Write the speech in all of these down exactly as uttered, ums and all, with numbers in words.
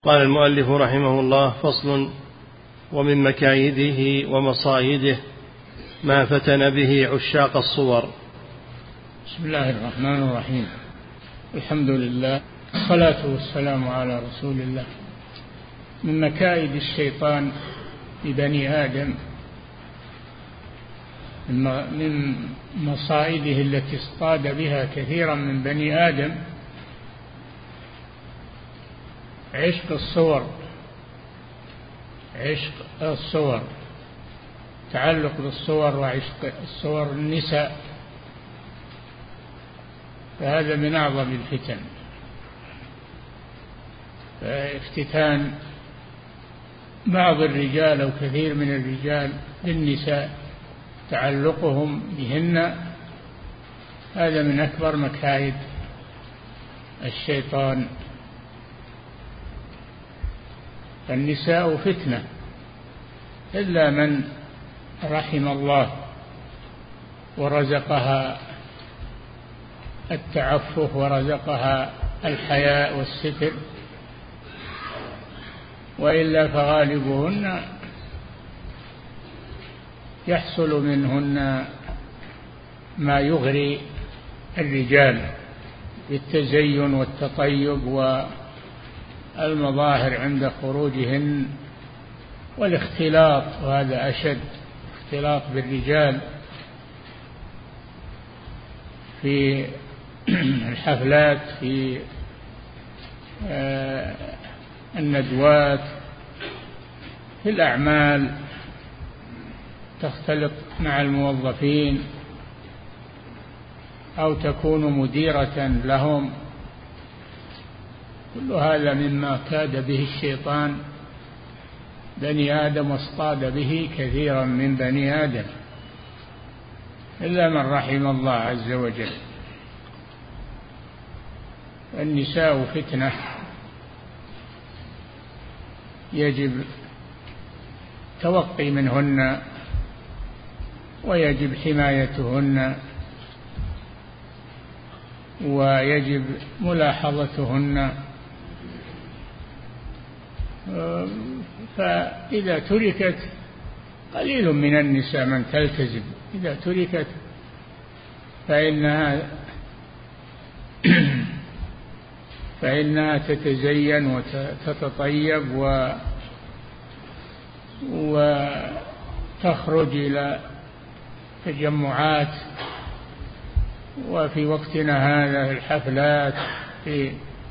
قال المؤلف رحمه الله: فصل. ومن مكايده ومصايده ما فتن به عشاق الصور. بسم الله الرحمن الرحيم. الحمد لله والصلاة والسلام على رسول الله. من مكايد الشيطان ببني آدم، من مصائده التي اصطاد بها كثيرا من بني آدم عشق الصور، عشق الصور، تعلق بالصور وعشق الصور النساء، فهذا من أعظم الفتن. فافتتان بعض الرجال أو كثير من الرجال بالنساء، تعلقهم بهن، هذا من أكبر مكايد الشيطان. النساء فتنة إلا من رحم الله ورزقها التعفف ورزقها الحياء والستر، وإلا فغالبهن يحصل منهن ما يغري الرجال بالتزين والتطيب والمظاهر عند خروجهن والاختلاط، وهذا أشد، اختلاط بالرجال في الحفلات، في الندوات، في الأعمال، تختلط مع الموظفين أو تكون مديرة لهم، كل هذا مما كاد به الشيطان بني آدم واصطاد به كثيرا من بني آدم إلا من رحم الله عز وجل. النساء فتنة يجب توقي منهن ويجب حمايتهن ويجب ملاحظتهن، فإذا تركت، قليل من النساء من تلتزم، إذا تركت فإنها فإنها تتزين وتتطيب و وتخرج إلى تجمعات، وفي وقتنا هذا الحفلات، في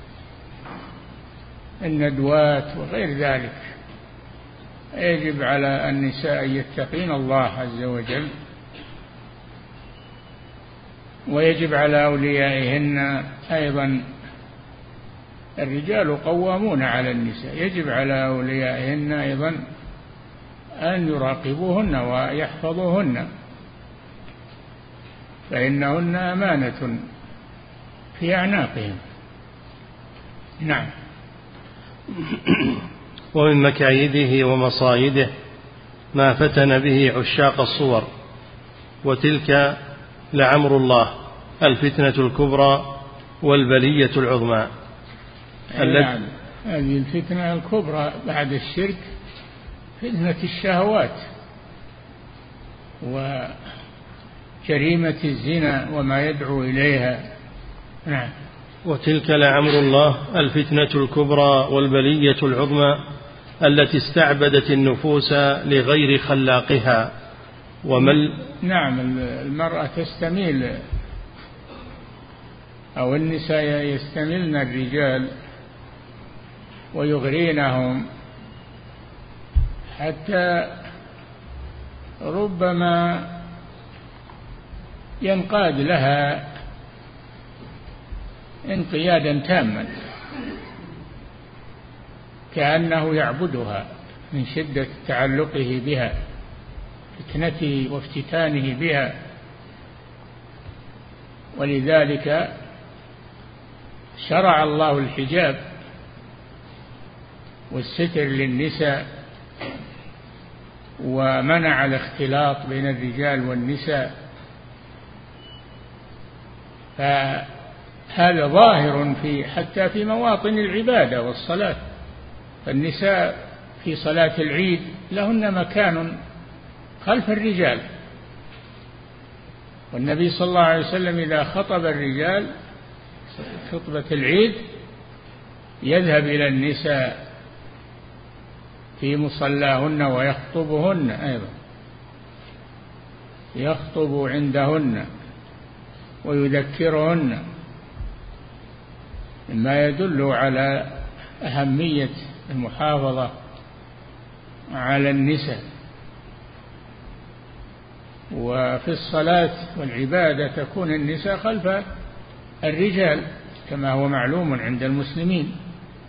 الندوات وغير ذلك. يجب على النساء أن يتقين الله عز وجل، ويجب على أوليائهن أيضا. الرجال قوامون على النساء، يجب على أوليائهن أيضا أن يراقبوهن ويحفظوهن، فإنهن أمانة في أعناقهم. نعم. ومن مكايده ومصايده ما فتن به عشاق الصور، وتلك لعمر الله الفتنة الكبرى والبلية العظمى. نعم، هذه الفتنة الكبرى بعد الشرك فتنة الشهوات وجريمة الزنا وما يدعو إليها. نعم. وتلك لعمر الله الفتنة الكبرى والبلية العظمى التي استعبدت النفوس لغير خلاقها. ومن نعم، المرأة تستميل أو النساء يستملن الرجال ويغرينهم، حتى ربما ينقاد لها انقيادا تاما، كأنه يعبدها من شدة تعلقه بها، فتنته وافتتانه بها. ولذلك شرع الله الحجاب والستر للنساء، ومنع الاختلاط بين الرجال والنساء، فهذا ظاهر في حتى في مواطن العبادة والصلاة، النساء في صلاة العيد لهن مكان خلف الرجال، والنبي صلى الله عليه وسلم إذا خطب الرجال خطبة العيد يذهب إلى النساء في مصلاهن ويخطبهن أيضا، يخطب عندهن ويذكرهن، مما يدل على أهمية المحافظة على النساء. وفي الصلاة والعبادة تكون النساء خلف الرجال كما هو معلوم عند المسلمين،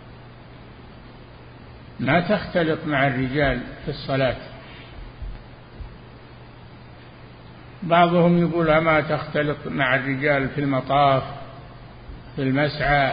ما تختلط مع الرجال في الصلاة. بعضهم يقول أما تختلط مع الرجال في المطاف في المسعى،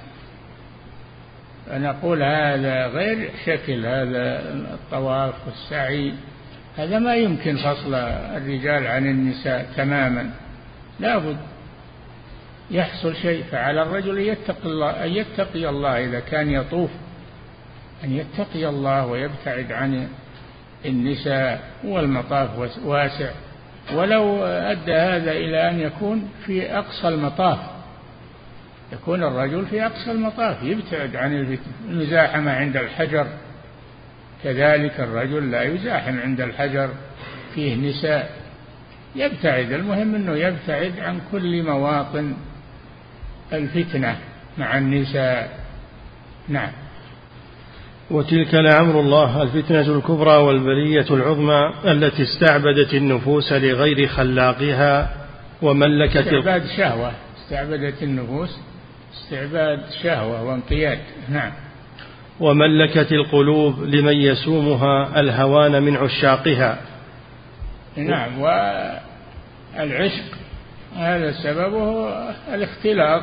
فنقول هذا غير شكل، هذا الطواف والسعي هذا ما يمكن فصل الرجال عن النساء تماما، لا بد يحصل شيء. فعلى الرجل يتقي الله أن يتقي الله إذا كان يطوف، أن يتقي الله ويبتعد عن النساء، والمطاف واسع، ولو أدى هذا إلى أن يكون في أقصى المطاف، يكون الرجل في أقصى المطاف يبتعد عن المزاحمة عند الحجر، كذلك الرجل لا يزاحم عند الحجر فيه نساء، يبتعد. المهم أنه يبتعد عن كل مواطن الفتنة مع النساء. نعم. وتلك لعمر الله الفتنة الكبرى والبلية العظمى التي استعبدت النفوس لغير خلاقها وملكت استعباد شهوة، استعبدت النفوس استعباد شهوة وانقياد. نعم. وملكت القلوب لمن يسومها الهوان من عشاقها. نعم. والعشق هذا سببه الاختلاط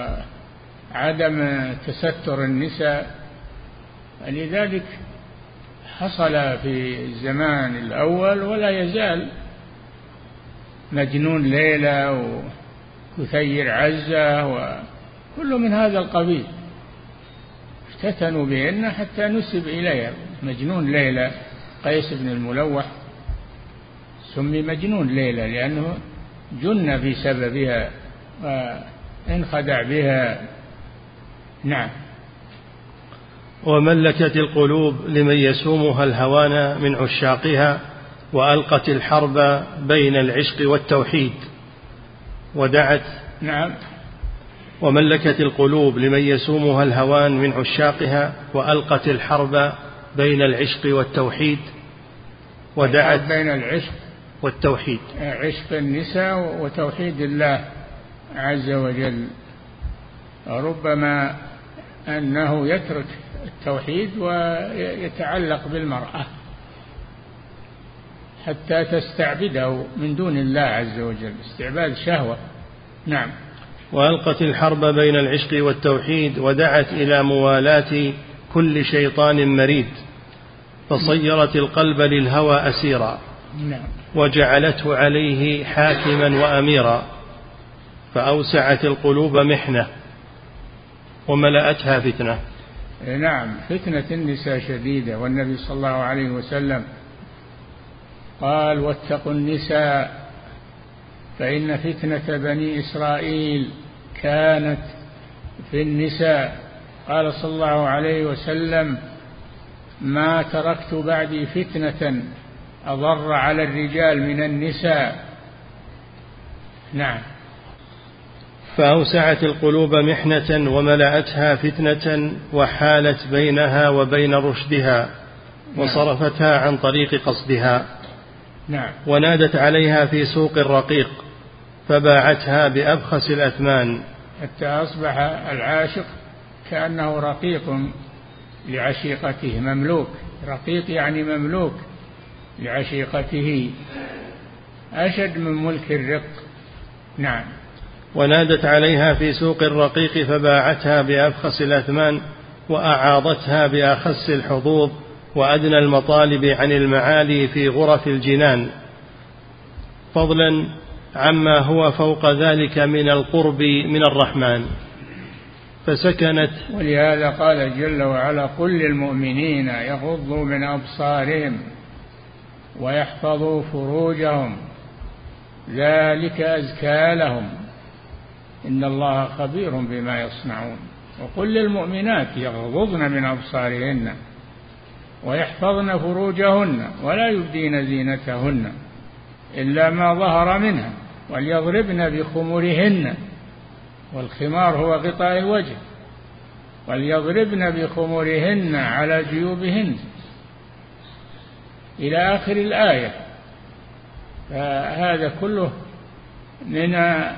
وعدم تستر النساء، لذلك حصل في الزمان الأول ولا يزال مجنون ليلى وكثير عزة وكل من هذا القبيل، افتتنوا بهن حتى نسب إليها. مجنون ليلى قيس بن الملوح سمي مجنون ليلى لأنه جن بسببها وانخدع بها. نعم. وملكت القلوب لمن يسومها الهوان من عشاقها وألقت الحرب بين العشق والتوحيد ودعت. نعم. وملكت القلوب لمن يسومها الهوان من عشاقها وألقت الحرب بين العشق والتوحيد ودعت بين العشق والتوحيد، عشق النساء وتوحيد الله عز وجل. ربما أنه يترك التوحيد ويتعلق بالمرأة حتى تستعبده من دون الله عز وجل، استعباد شهوة. نعم. وألقت الحرب بين العشق والتوحيد ودعت إلى موالاة كل شيطان مريد فصيرت القلب للهوى أسيرا. نعم. وجعلته عليه حاكما وأميرا فأوسعت القلوب محنة وملأتها فتنة. نعم. فتنة النساء شديدة، والنبي صلى الله عليه وسلم قال واتقوا النساء فإن فتنة بني إسرائيل كانت في النساء. قال صلى الله عليه وسلم ما تركت بعدي فتنة أضر على الرجال من النساء. نعم. فأوسعت القلوب محنة وملأتها فتنة وحالت بينها وبين رشدها وصرفتها عن طريق قصدها. نعم. ونادت عليها في سوق الرقيق فباعتها بأبخس الأثمان حتى أصبح العاشق كأنه رقيق لعشيقته، مملوك. رقيق يعني مملوك لعشيقته، أشد من ملك الرق. نعم. ونادت عليها في سوق الرقيق فباعتها بأبخس الأثمان وأعاضتها بأخس الحظوظ وأدنى المطالب عن المعالي في غرف الجنان، فضلا عما هو فوق ذلك من القرب من الرحمن. فسكنت. ولهذا قال جل وعلا: قل للمؤمنين يغضوا من أبصارهم ويحفظوا فروجهم ذلك أزكى لهم إن الله خبير بما يصنعون. وقل للمؤمنات يغضضن من أبصارهن ويحفظن فروجهن ولا يبدين زينتهن إلا ما ظهر منها وليضربن بخمرهن، والخمار هو غطاء الوجه، وليضربن بخمرهن على جيوبهن إلى آخر الآية. فهذا كله من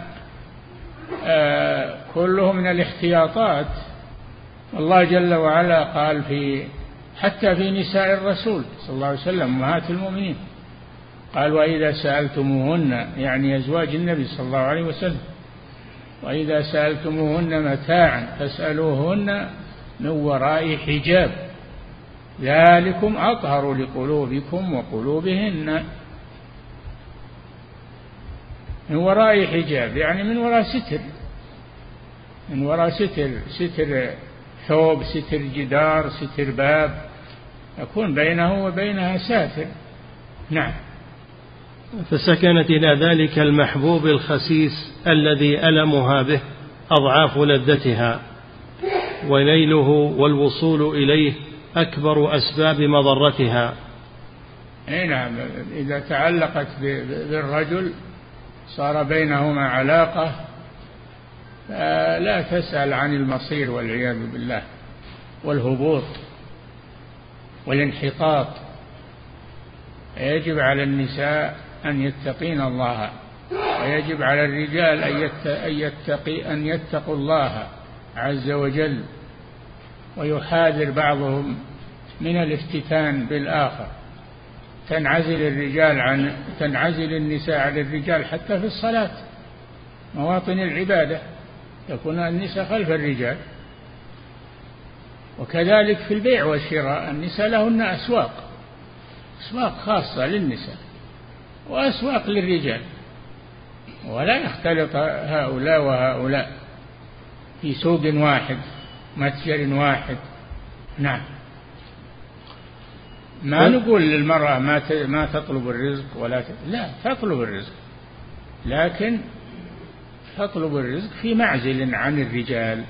آه كله من الاحتياطات. الله جل وعلا قال في حتى في نساء الرسول صلى الله عليه وسلم أمهات المؤمنين قال: وإذا سألتموهن، يعني أزواج النبي صلى الله عليه وسلم، وإذا سألتموهن متاعا فاسألوهن من وراء حجاب ذلكم أطهر لقلوبكم وقلوبهن. من وراء حجاب يعني من وراء ستر، من وراء ستر، ستر ثوب، ستر جدار، ستر باب، يكون بينه وبينها ساتر. نعم. فسكنت إلى ذلك المحبوب الخسيس الذي ألمها به أضعاف لذتها، ونيله والوصول إليه أكبر أسباب مضرتها. أي نعم. إذا تعلقت بالرجل صار بينهما علاقة لا تسأل عن المصير والعياذ بالله، والهبوط والانحطاط. يجب على النساء أن يتقين الله، ويجب على الرجال أن يتقي أن يتقوا الله عز وجل، ويحاذر بعضهم من الافتتان بالآخر. تنعزل الرجال عن تنعزل النساء عن الرجال حتى في الصلاة، مواطن العبادة يكون النساء خلف الرجال. وكذلك في البيع والشراء النساء لهن أسواق، أسواق خاصة للنساء وأسواق للرجال، ولا يختلط هؤلاء وهؤلاء في سوق واحد متجر واحد. نعم. ما نقول للمرأة ما ما تطلب الرزق ولا ت... لا تطلب الرزق، لكن تطلب الرزق في معزل عن الرجال.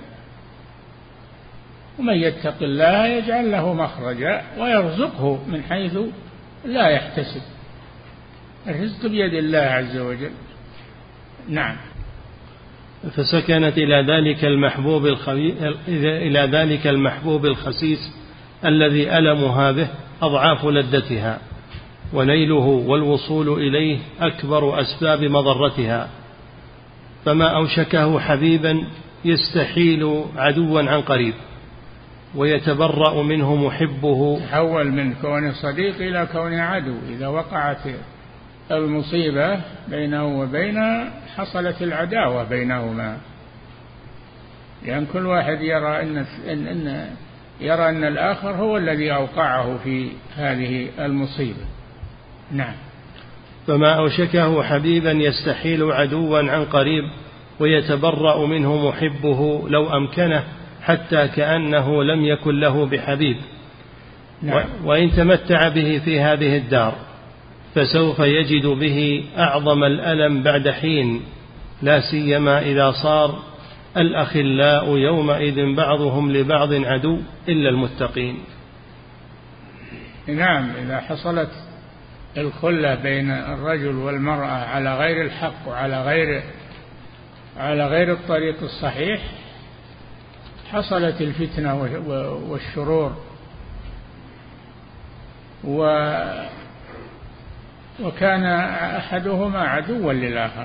ومن يتق الله يجعل له مخرجا ويرزقه من حيث لا يحتسب. الرزق بيد الله عز وجل. نعم. فسكنت إلى ذلك المحبوب الخبي... إلى ذلك المحبوب الخسيس الذي ألمها به أضعاف لذتها، ونيله والوصول إليه أكبر أسباب مضرتها. فما أوشكه حبيبا يستحيل عدوا عن قريب، ويتبرأ منه محبه. تحول من كون صديق إلى كون عدو. إذا وقعت المصيبة بينه وبينها حصلت العداوة بينهما، لأن كل واحد يرى أن, إن, إن يرى أن الآخر هو الذي أوقعه في هذه المصيبة. نعم. فما أوشكه حبيبا يستحيل عدوا عن قريب، ويتبرأ منه محبه لو أمكنه، حتى كأنه لم يكن له بحبيب. نعم. وإن تمتع به في هذه الدار فسوف يجد به أعظم الألم بعد حين، لا سيما إذا صار الأخلاء يومئذ بعضهم لبعض عدو إلا المتقين. نعم. إذا حصلت الخلة بين الرجل والمرأة على غير الحق وعلى غير على غير الطريق الصحيح حصلت الفتنة والشرور، و وكان أحدهما عدوا للآخر.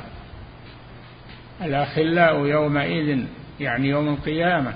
الأخلاء يومئذ يعني يوم القيامة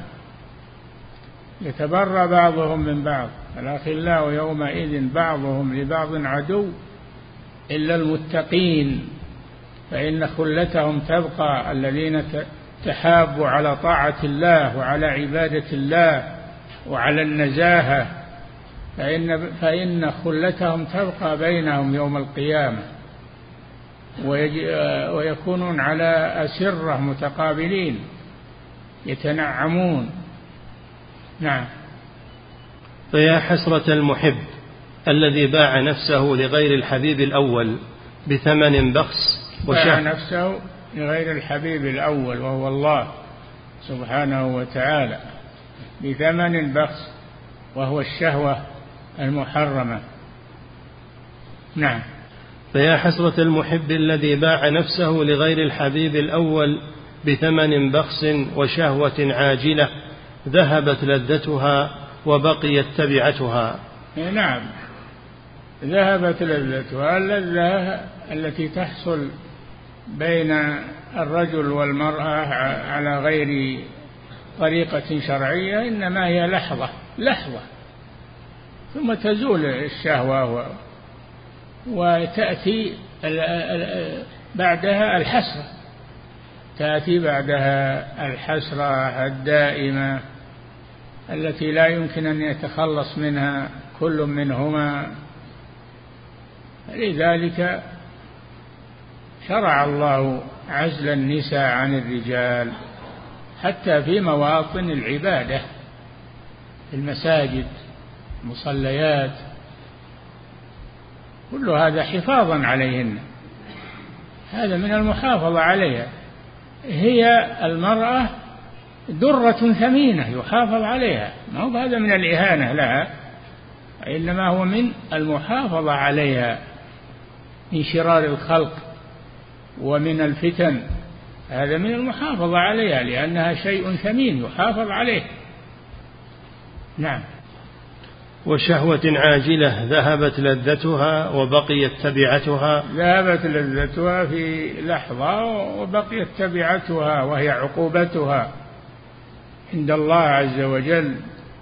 يتبرى بعضهم من بعض. الأخلاء يومئذ بعضهم لبعض عدو إلا المتقين، فإن خلتهم تبقى. الذين تحابوا على طاعة الله وعلى عبادة الله وعلى النزاهة فإن, فإن خلتهم تبقى بينهم يوم القيامة، ويكونون على أسرة متقابلين يتنعمون. نعم. فيا حسرة المحب الذي باع نفسه لغير الحبيب الأول بثمن بخس، باع نفسه لغير الحبيب الأول وهو الله سبحانه وتعالى بثمن بخس وهو الشهوة المحرمة. نعم. فيا حسرة المحب الذي باع نفسه لغير الحبيب الأول بثمن بخس وشهوة عاجلة ذهبت لذتها وبقيت تبعتها. نعم، ذهبت لذتها. اللذة التي تحصل بين الرجل والمرأة على غير طريقة شرعية إنما هي لحظة لحظة ثم تزول الشهوة وتأتي بعدها الحسرة، تأتي بعدها الحسرة الدائمة التي لا يمكن أن يتخلص منها كل منهما. لذلك شرع الله عزل النساء عن الرجال حتى في مواطن العبادة، في المساجد، المصليات، كل هذا حفاظا عليهن، هذا من المحافظة عليها. هي المرأة درة ثمينة يحافظ عليها، ما هو هذا من الإهانة لها، إنما هو من المحافظة عليها من شرار الخلق ومن الفتن، هذا من المحافظة عليها لأنها شيء ثمين يحافظ عليه. نعم. وشهوة عاجلة ذهبت لذتها وبقيت تبعتها. ذهبت لذتها في لحظة وبقيت تبعتها وهي عقوبتها عند الله عز وجل.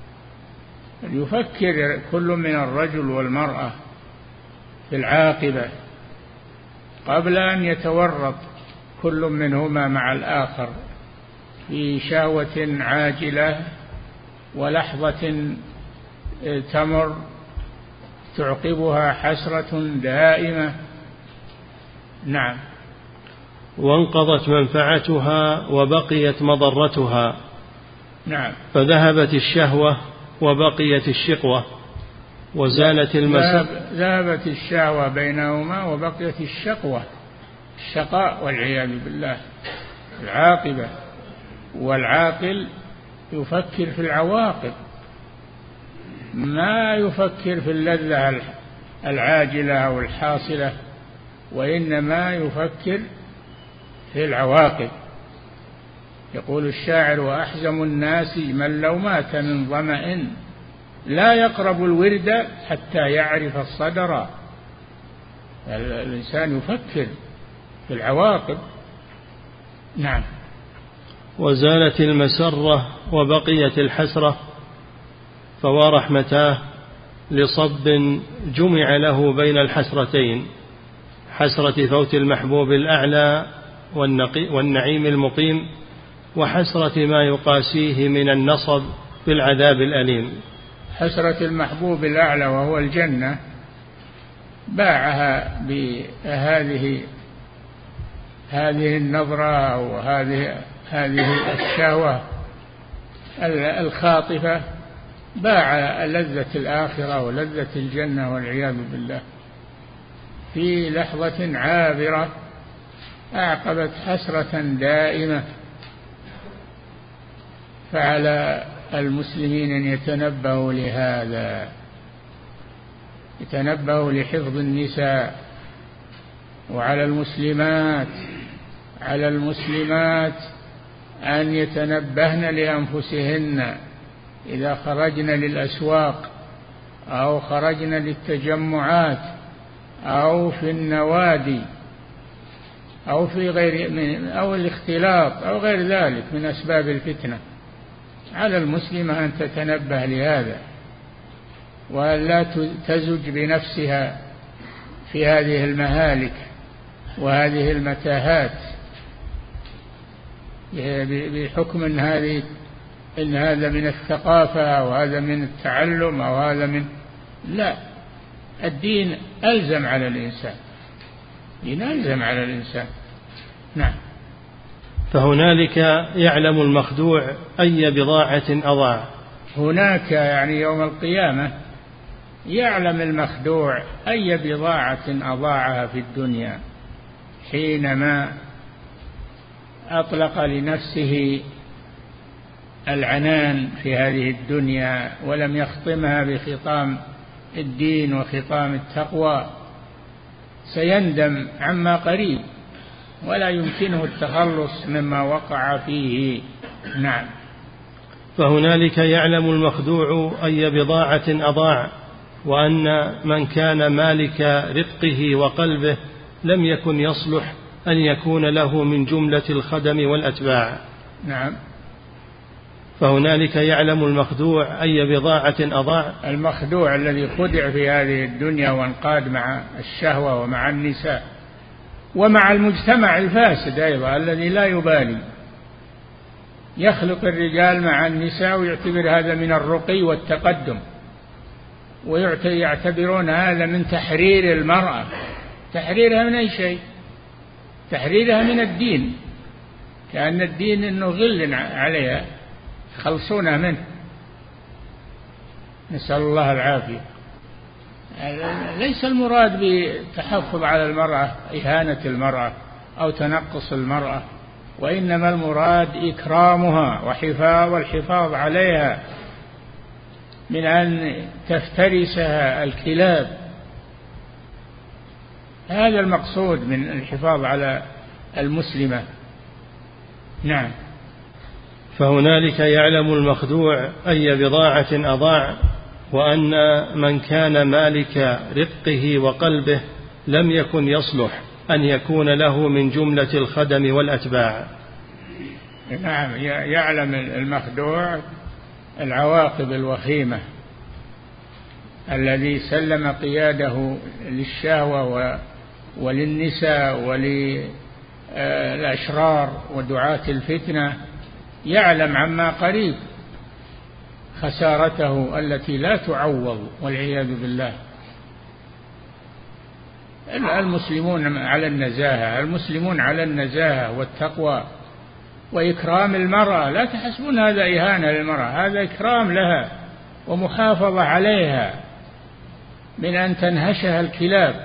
يفكر كل من الرجل والمرأة في العاقبة قبل أن يتورط كل منهما مع الآخر في شهوة عاجلة ولحظة تمر تعقبها حسرة دائمة. نعم. وانقضت منفعتها وبقيت مضرتها. نعم. فذهبت الشهوة وبقيت الشقوة وزالت المسر. ذهبت الشهوة بينهما وبقيت الشقوة، الشقاء والعياذ بالله، العاقبة. والعاقل يفكر في العواقب ما يفكر في اللذة العاجلة أو الحاصلة، وإنما يفكر في العواقب. يقول الشاعر: وأحزم الناس من لو مات من ظمأ لا يقرب الورد حتى يعرف الصدر. الإنسان يفكر في العواقب. نعم. وزالت المسرة وبقيت الحسرة، فوا رحمتاه لصب جمع له بين الحسرتين، حسرة فوت المحبوب الأعلى والنعيم المقيم، وحسرة ما يقاسيه من النصب في العذاب الأليم. حسرة المحبوب الأعلى وهو الجنة باعها بهذه هذه النظرة أو هذه هذه الشهوة الخاطفة، باع لذة الآخرة ولذة الجنة والعياذ بالله في لحظة عابرة أعقبت حسرة دائمة. فعلى المسلمين أن يتنبهوا لهذا، يتنبهوا لحفظ النساء، وعلى المسلمات على المسلمات أن يتنبهن لأنفسهن إذا خرجن للأسواق أو خرجن للتجمعات أو في النوادي أو في غير من أو الاختلاط أو غير ذلك من أسباب الفتنة. على المسلمة أن تتنبه لهذا ولا تزج بنفسها في هذه المهالك وهذه المتاهات بحكم أن هذه إن هذا من الثقافة أو هذا من التعلم أو هذا من لا، الدين ألزم على الإنسان، الدين ألزم على الإنسان. نعم. فهنالك يعلم المخدوع أي بضاعة أضاع. هناك يعني يوم القيامة يعلم المخدوع أي بضاعة أضاعها في الدنيا حينما أطلق لنفسه العنان في هذه الدنيا ولم يخطمها بخطام الدين وخطام التقوى، سيندم عما قريب ولا يمكنه التخلص مما وقع فيه. نعم. فهنالك يعلم المخدوع أي بضاعة أضاع، وأن من كان مالك رفقه وقلبه لم يكن يصلح أن يكون له من جملة الخدم والأتباع. نعم. فهنالك يعلم المخدوع أي بضاعة أضاع. المخدوع الذي خدع في هذه الدنيا وانقاد مع الشهوة ومع النساء ومع المجتمع الفاسد أيضا الذي لا يبالي، يخلق الرجال مع النساء ويعتبر هذا من الرقي والتقدم، ويعتبرون هذا من تحرير المرأة. تحريرها من أي شيء؟ تحريرها من الدين، كأن الدين إنه غل عليها خلصونها منه، نسأل الله العافية. ليس المراد بالتحفظ على المرأة إهانة المرأة أو تنقص المرأة، وإنما المراد إكرامها وحفاظ والحفاظ عليها من أن تفترسها الكلاب. هذا المقصود من الحفاظ على المسلمة. نعم. فهنالك يعلم المخدوع أي بضاعة أضاع، وأن من كان مالك رفقه وقلبه لم يكن يصلح أن يكون له من جملة الخدم والأتباع. نعم. يعلم المخدوع العواقب الوخيمة، الذي سلم قياده للشهوة وللنساء وللأشرار ودعاة الفتنة، يعلم عما قريب خسارته التي لا تعوض والعياذ بالله. المسلمون على النزاهة، المسلمون على النزاهة والتقوى وإكرام المرأة. لا تحسبون هذا إهانة للمرأة، هذا إكرام لها ومحافظة عليها من أن تنهشها الكلاب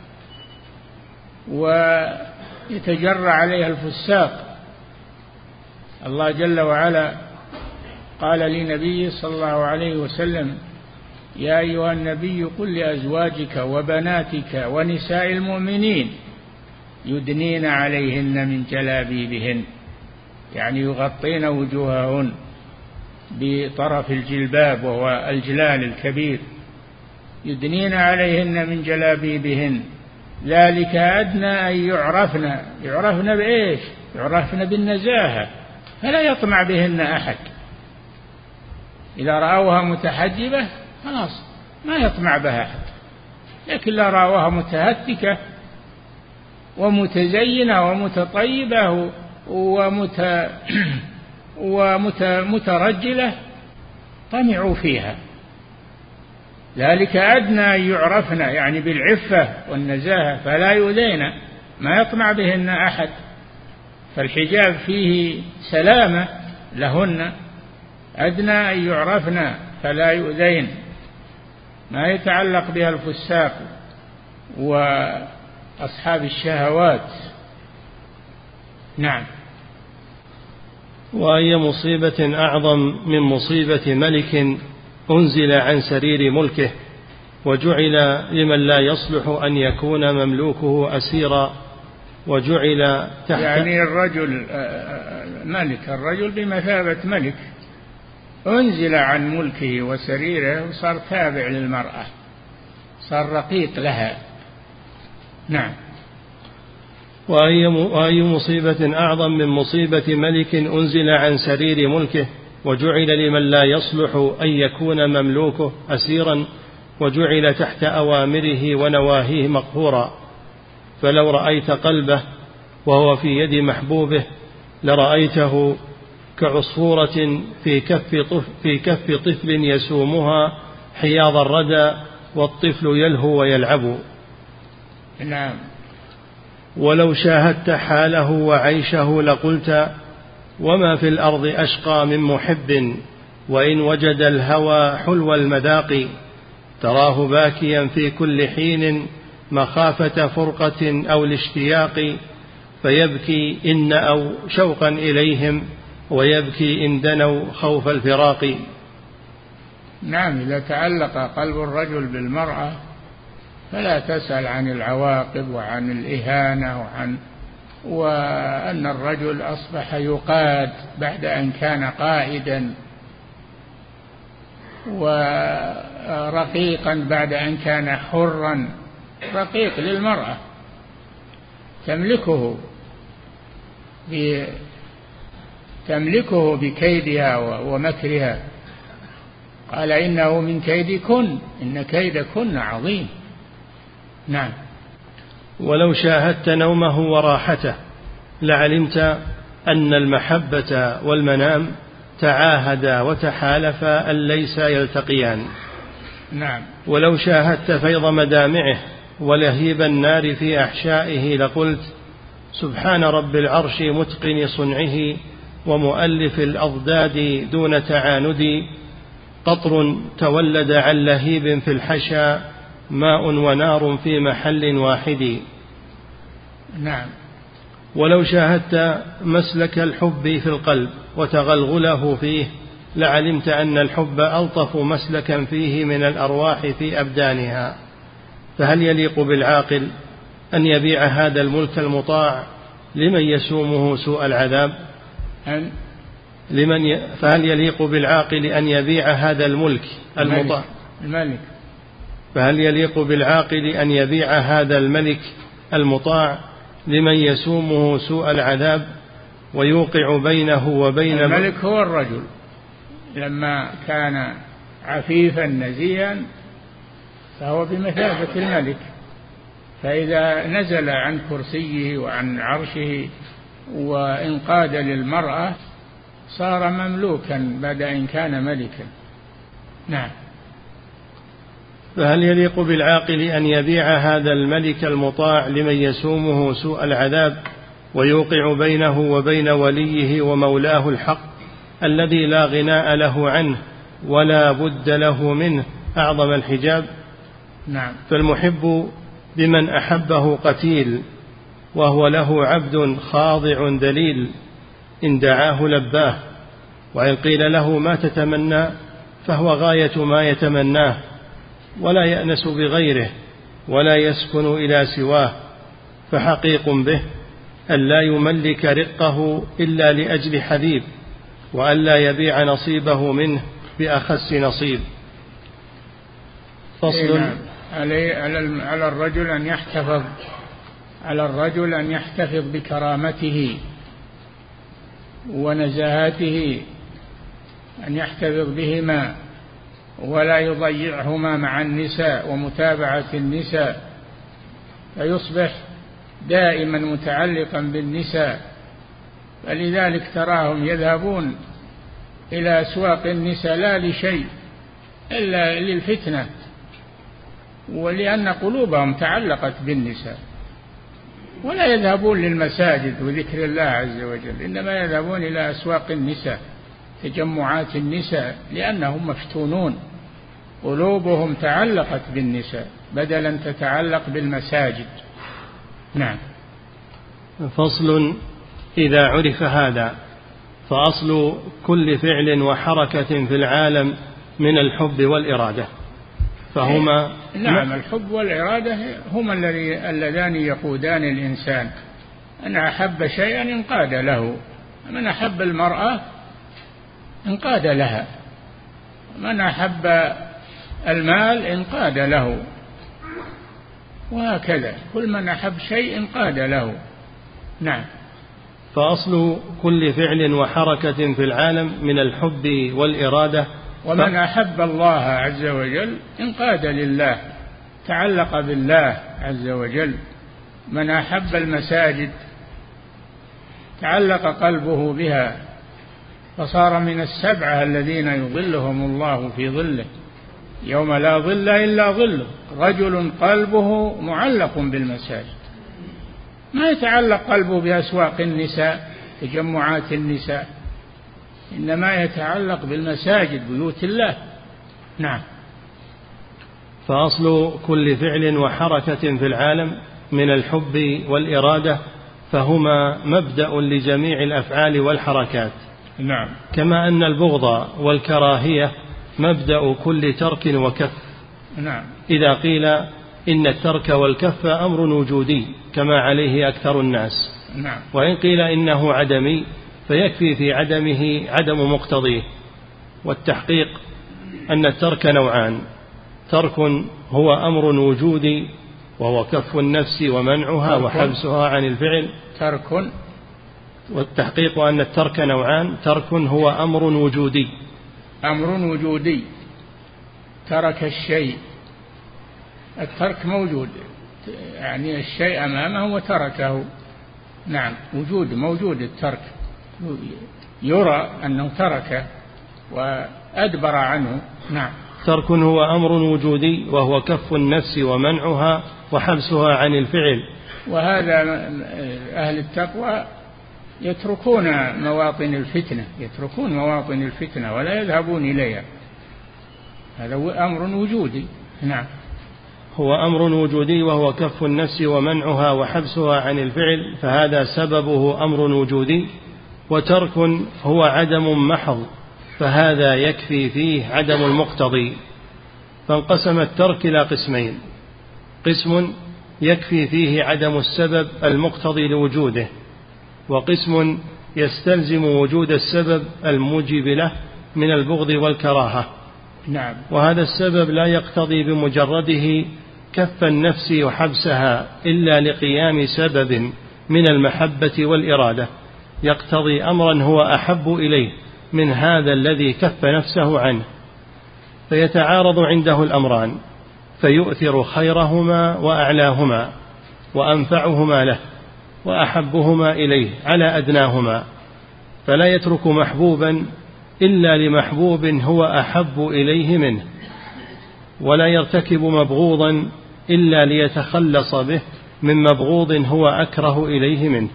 ويتجرى عليها الفساق. الله جل وعلا قال لنبيه صلى الله عليه وسلم: يا أيها النبي قل لأزواجك وبناتك ونساء المؤمنين يدنين عليهن من جلابيبهن، يعني يغطين وجوههن بطرف الجلباب وهو الجلال الكبير، يدنين عليهن من جلابيبهن ذلك أدنى أن يعرفن. يعرفن بإيش؟ يعرفن بالنزاهة، فلا يطمع بهن أحد. إذا رأوها متحجبة خلاص ما يطمع بها أحد، لكن لا رأوها متهتكة ومتزينة ومتطيبة ومت ومترجلة طمعوا فيها. ذلك أدنى أن يعرفن، يعني بالعفة والنزاهة، فلا يؤذين، ما يطمع بهن أحد. فالحجاب فيه سلامة لهن، أدنى أن يعرفن فلا يؤذين، ما يتعلق بها الفساق وأصحاب الشهوات. نعم. وأي مصيبة أعظم من مصيبة ملك أنزل عن سرير ملكه وجعل لمن لا يصلح أن يكون مملوكه أسيرا وجعل تحت، يعني الرجل ملك، الرجل بمثابة ملك أنزل عن ملكه وسريره وصار تابع للمرأة، صار رقيق لها. نعم. وأي مصيبة أعظم من مصيبة ملك أنزل عن سرير ملكه وجعل لمن لا يصلح أن يكون مملوكه أسيرا وجعل تحت أوامره ونواهيه مقهورا. فلو رأيت قلبه وهو في يد محبوبه لرأيته كعصفورة في كف طفل, في كف طفل يسومها حياض الردى والطفل يلهو ويلعب. نعم. ولو شاهدت حاله وعيشه لقلت وما في الأرض أشقى من محب وإن وجد الهوى حلو المذاق تراه باكيا في كل حين مخافة فرقة أو الاشتياق فيبكي إن أو شوقا إليهم ويبكي إن دنوا خوف الفراق. نعم، إذا تعلق قلب الرجل بالمرأة فلا تسأل عن العواقب وعن الإهانة وعن وأن الرجل أصبح يقاد بعد أن كان قائدا، ورقيقا بعد أن كان حرا. رقيق للمرأة تملكه تملكه بكيدها ومكرها. قال إنه من كيدكن إن كيدكن عظيم. نعم. ولو شاهدت نومه وراحته لعلمت أن المحبة والمنام تعاهدا وتحالفا أن ليس يلتقيان. نعم. ولو شاهدت فيض مدامعه ولهيب النار في أحشائه لقلت سبحان رب العرش متقن صنعه ومؤلف الأضداد دون تعاند قطر تولد عن لهيب في الحشا ماء ونار في محل واحد. نعم. ولو شاهدت مسلك الحب في القلب وتغلغله فيه لعلمت أن الحب ألطف مسلكا فيه من الأرواح في أبدانها. فهل يليق بالعاقل أن يبيع هذا الملك المطاع لمن يسومه سوء العذاب؟ لمن ي... فهل يليق بالعاقل أن يبيع هذا الملك المطاع الملك فهل يليق بالعاقل أن يبيع هذا الملك المطاع لمن يسومه سوء العذاب ويوقع بينه وبين الملك؟ هو الرجل لما كان عفيفا نزيها فهو بمثابة الملك، فإذا نزل عن كرسيه وعن عرشه وانقاد للمرأة صار مملوكا بعد أن كان ملكا. نعم. فهل يليق بالعاقل أن يبيع هذا الملك المطاع لمن يسومه سوء العذاب ويوقع بينه وبين وليه ومولاه الحق الذي لا غناء له عنه ولا بد له منه أعظم الحجاب؟ نعم. فالمحب بمن أحبه قتيل وهو له عبد خاضع ذليل إن دعاه لباه وإن قيل له ما تتمنى فهو غاية ما يتمناه ولا يأنس بغيره ولا يسكن إلى سواه فحقيق به أن لا يملك رقه إلا لأجل حبيب وأن لا يبيع نصيبه منه بأخس نصيب. فصل. على الرجل أن يحتفظ على الرجل أن يحتفظ بكرامته ونزاهته، أن يحتفظ بهما ولا يضيعهما مع النساء ومتابعة النساء، فيصبح دائما متعلقا بالنساء. فلذلك تراهم يذهبون إلى أسواق النساء لا لشيء إلا للفتنة، ولأن قلوبهم تعلقت بالنساء، ولا يذهبون للمساجد وذكر الله عز وجل، إنما يذهبون إلى أسواق النساء تجمعات النساء لأنهم مفتونون، قلوبهم تعلقت بالنساء بدلا تتعلق بالمساجد. نعم. فصل. إذا عرف هذا فأصل كل فعل وحركة في العالم من الحب والإرادة، فهما نعم الحب والإرادة هما اللذان يقودان الإنسان. أن أحب شيئا انقاد له، من أحب المرأة انقاد لها، من أحب المال انقاد له، وهكذا كل من أحب شيء انقاد له. نعم. فأصل كل فعل وحركة في العالم من الحب والإرادة. ومن أحب الله عز وجل انقاد لله، تعلق بالله عز وجل. من أحب المساجد تعلق قلبه بها، فصار من السبعة الذين يظلهم الله في ظله يوم لا ظل إلا ظله، رجل قلبه معلق بالمساجد. ما يتعلق قلبه بأسواق النساء تجمعات النساء، إنما يتعلق بالمساجد بيوت الله. نعم. فأصل كل فعل وحركة في العالم من الحب والإرادة فهما مبدأ لجميع الأفعال والحركات. نعم. كما أن البغض والكراهية مبدأ كل ترك وكف. نعم. إذا قيل إن الترك والكف أمر وجودي كما عليه أكثر الناس. نعم. وإن قيل إنه عدمي فيكفي في عدمه عدم مقتضيه. والتحقيق أن الترك نوعان: ترك هو أمر وجودي وهو كف النفس ومنعها وحبسها عن الفعل. ترك. والتحقيق أن الترك نوعان: ترك هو أمر وجودي. أمر وجودي، ترك الشيء، الترك موجود، يعني الشيء أمامه وتركه. نعم، وجود موجود الترك، يرى أنه ترك وأدبر عنه. نعم. ترك هو أمر وجودي وهو كف النفس ومنعها وحبسها عن الفعل. وهذا أهل التقوى يتركون مواطن الفتنة، يتركون مواطن الفتنة ولا يذهبون إليها، هذا هو أمر وجودي. نعم. هو أمر وجودي وهو كف النفس ومنعها وحبسها عن الفعل، فهذا سببه أمر وجودي. وترك هو عدم محض، فهذا يكفي فيه عدم المقتضي. فانقسم الترك إلى قسمين: قسم يكفي فيه عدم السبب المقتضي لوجوده، وقسم يستلزم وجود السبب الموجب له من البغض والكراهة. نعم. وهذا السبب لا يقتضي بمجرده كف النفس وحبسها إلا لقيام سبب من المحبة والإرادة يقتضي أمرا هو أحب إليه من هذا الذي كف نفسه عنه، فيتعارض عنده الأمران فيؤثر خيرهما وأعلاهما وأنفعهما له وأحبهما إليه على أدناهما، فلا يترك محبوبا إلا لمحبوب هو أحب إليه منه، ولا يرتكب مبغوضا إلا ليتخلص به من مبغوض هو أكره إليه منه.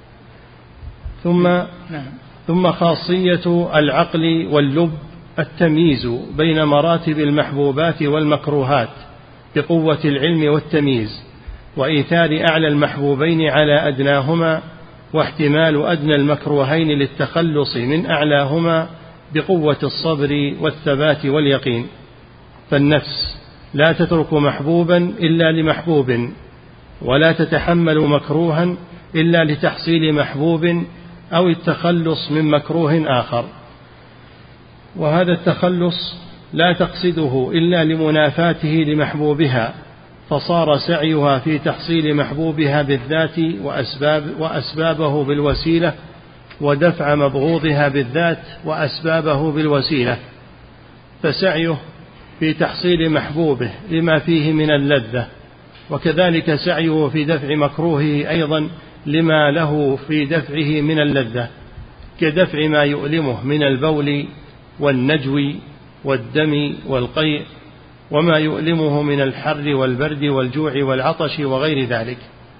ثم ثم خاصية العقل واللب التمييز بين مراتب المحبوبات والمكروهات بقوة العلم والتمييز، وإيثار أعلى المحبوبين على أدناهما، واحتمال أدنى المكروهين للتخلص من أعلاهما بقوة الصبر والثبات واليقين. فالنفس لا تترك محبوبا إلا لمحبوب، ولا تتحمل مكروها إلا لتحصيل محبوب أو التخلص من مكروه آخر. وهذا التخلص لا تقصده إلا لمنافاته لمحبوبها، فصار سعيها في تحصيل محبوبها بالذات وأسباب وأسبابه بالوسيلة، ودفع مبغوضها بالذات وأسبابه بالوسيلة. فسعيه في تحصيل محبوبه لما فيه من اللذة، وكذلك سعيه في دفع مكروهه أيضا لما له في دفعه من اللذة، كدفع ما يؤلمه من البول والنجو والدم والقيء، وما يؤلمه من الحر والبرد والجوع والعطش وغير ذلك.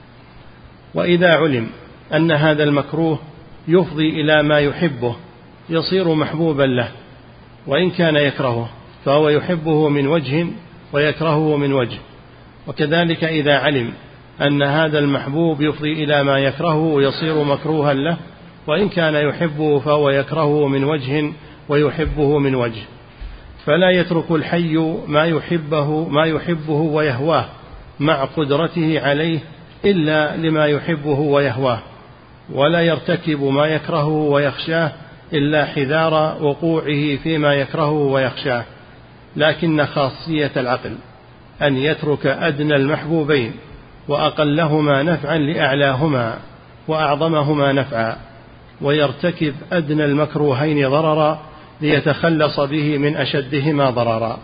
وإذا علم أن هذا المكروه يفضي إلى ما يحبه يصير محبوبا له، وإن كان يكرهه فهو يحبه من وجه ويكرهه من وجه. وكذلك إذا علم أن هذا المحبوب يفضي إلى ما يكرهه يصير مكروها له، وإن كان يحبه فهو يكرهه من وجه ويحبه من وجه. فلا يترك الحي ما يحبه ما يحبه ويهواه مع قدرته عليه إلا لما يحبه ويهواه، ولا يرتكب ما يكرهه ويخشاه إلا حذار وقوعه فيما يكرهه ويخشاه. لكن خاصية العقل أن يترك أدنى المحبوبين وأقلهما نفعا لأعلاهما وأعظمهما نفعا، ويرتكب أدنى المكروهين ضررا ليتخلص به من أشدهما ضررا.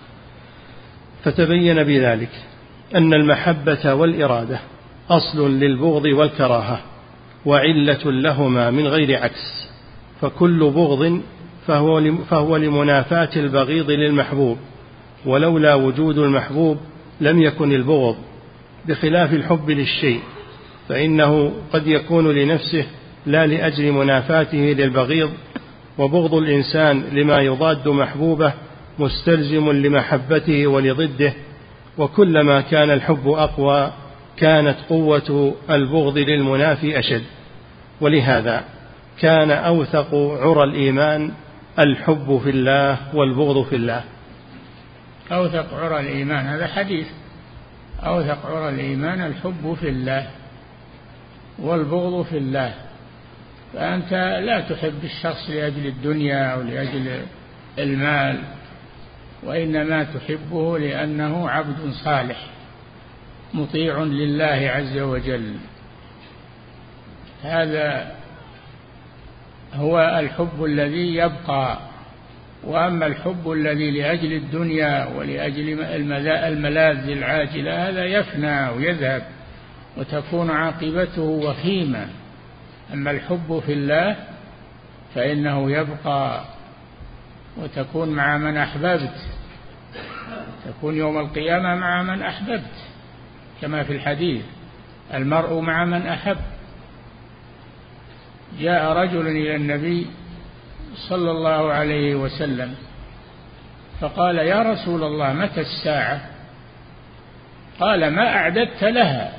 فتبين بذلك أن المحبة والإرادة أصل للبغض والكراهة وعلة لهما من غير عكس، فكل بغض فهو فهو لمنافاة البغيض للمحبوب، ولولا وجود المحبوب لم يكن البغض، بخلاف الحب للشيء فإنه قد يكون لنفسه لا لأجل منافاته للبغيض، وبغض الإنسان لما يضاد محبوبه مستلزم لمحبته ولضده، وكلما كان الحب أقوى كانت قوة البغض للمنافي أشد. ولهذا كان أوثق عرى الإيمان الحب في الله والبغض في الله. أوثق عرى الإيمان، هذا حديث، أوثق عرى الإيمان الحب في الله والبغض في الله. فأنت لا تحب الشخص لأجل الدنيا أو لأجل المال، وإنما تحبه لأنه عبد صالح مطيع لله عز وجل. هذا هو الحب الذي يبقى. وأما الحب الذي لأجل الدنيا ولأجل الملاذ العاجلة هذا يفنى ويذهب وتكون عاقبته وخيمة. أما الحب في الله فإنه يبقى، وتكون مع من أحببت، تكون يوم القيامة مع من أحببت، كما في الحديث المرء مع من أحب. جاء رجل إلى النبي صلى الله عليه وسلم فقال: يا رسول الله متى الساعة؟ قال: ما أعددت لها؟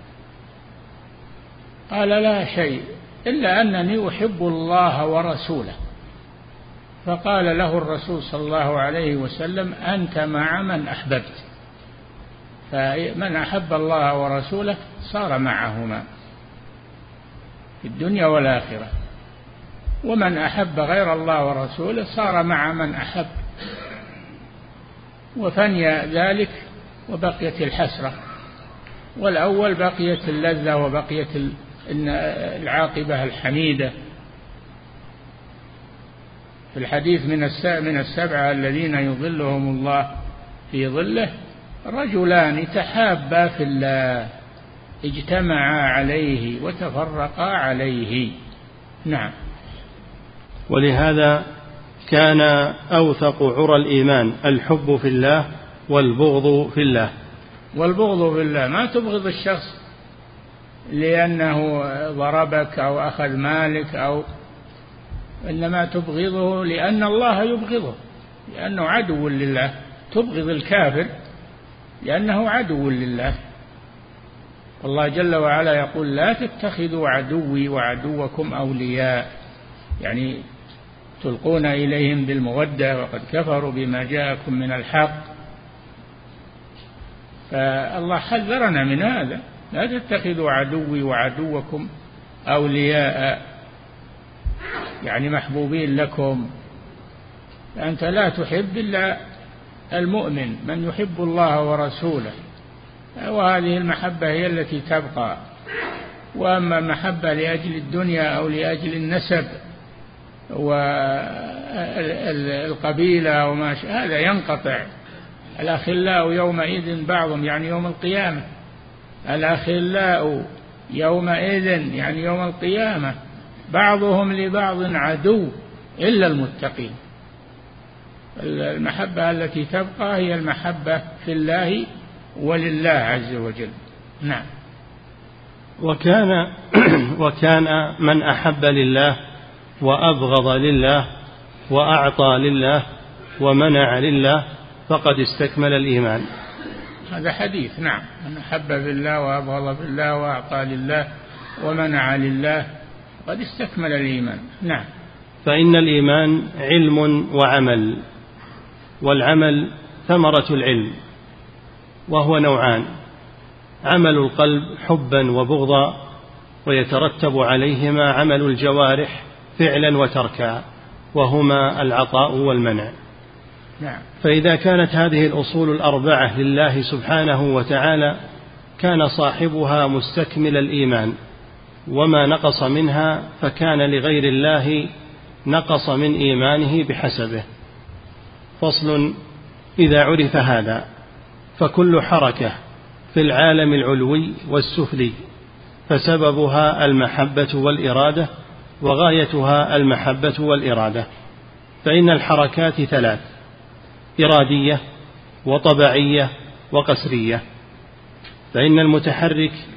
قال: لا شيء إلا أنني أحب الله ورسوله. فقال له الرسول صلى الله عليه وسلم: أنت مع من أحببت. فمن أحب الله ورسوله صار معهما في الدنيا والآخرة، ومن أحب غير الله ورسوله صار مع من أحب، وفني ذلك وبقيت الحسرة. والأول بقيت اللذة وبقيت العاقبة الحميدة. في الحديث من السبعة الذين يظلهم الله في ظله رجلان تحابا في الله اجتمعا عليه وتفرقا عليه. نعم. ولهذا كان أوثق عرى الإيمان الحب في الله والبغض في الله. والبغض في الله، ما تبغض الشخص لأنه ضربك أو أخذ مالك، أو إنما تبغضه لأن الله يبغضه، لأنه عدو لله. تبغض الكافر لأنه عدو لله. والله جل وعلا يقول: لا تتخذوا عدوي وعدوكم أولياء، يعني تلقون إليهم بالمودة وقد كفروا بما جاءكم من الحق. فالله حذرنا من هذا: لا تتخذوا عدوي وعدوكم أولياء، يعني محبوبين لكم. أنت لا تحب إلا المؤمن، من يحب الله ورسوله، وهذه المحبة هي التي تبقى. وأما المحبة لأجل الدنيا أو لأجل النسب والقبيلة وما هذا ينقطع. الأخلاء يومئذ بعضهم، يعني يوم القيامة، الأخلاء يومئذ يعني يوم القيامة بعضهم لبعض عدو إلا المتقين. المحبة التي تبقى هي المحبة في الله ولله عز وجل. نعم. وكان وكان من أحب لله وأبغض لله وأعطى لله ومنع لله فقد استكمل الإيمان. هذا حديث. نعم. من أحب بالله وأبغض بالله وأعطى لله ومنع لله قد استكمل الإيمان. نعم. فإن الإيمان علم وعمل، والعمل ثمرة العلم، وهو نوعان: عمل القلب حبا وبغضا، ويترتب عليهما عمل الجوارح فعلا وتركا، وهما العطاء والمنع. نعم. فإذا كانت هذه الأصول الأربعة لله سبحانه وتعالى كان صاحبها مستكمل الإيمان، وما نقص منها فكان لغير الله نقص من إيمانه بحسبه. فصل: إذا عرف هذا فكل حركة في العالم العلوي والسفلي فسببها المحبة والإرادة، وغايتها المحبة والإرادة. فإن الحركات ثلاث: إرادية وطبعية وقسرية. فإن المتحرك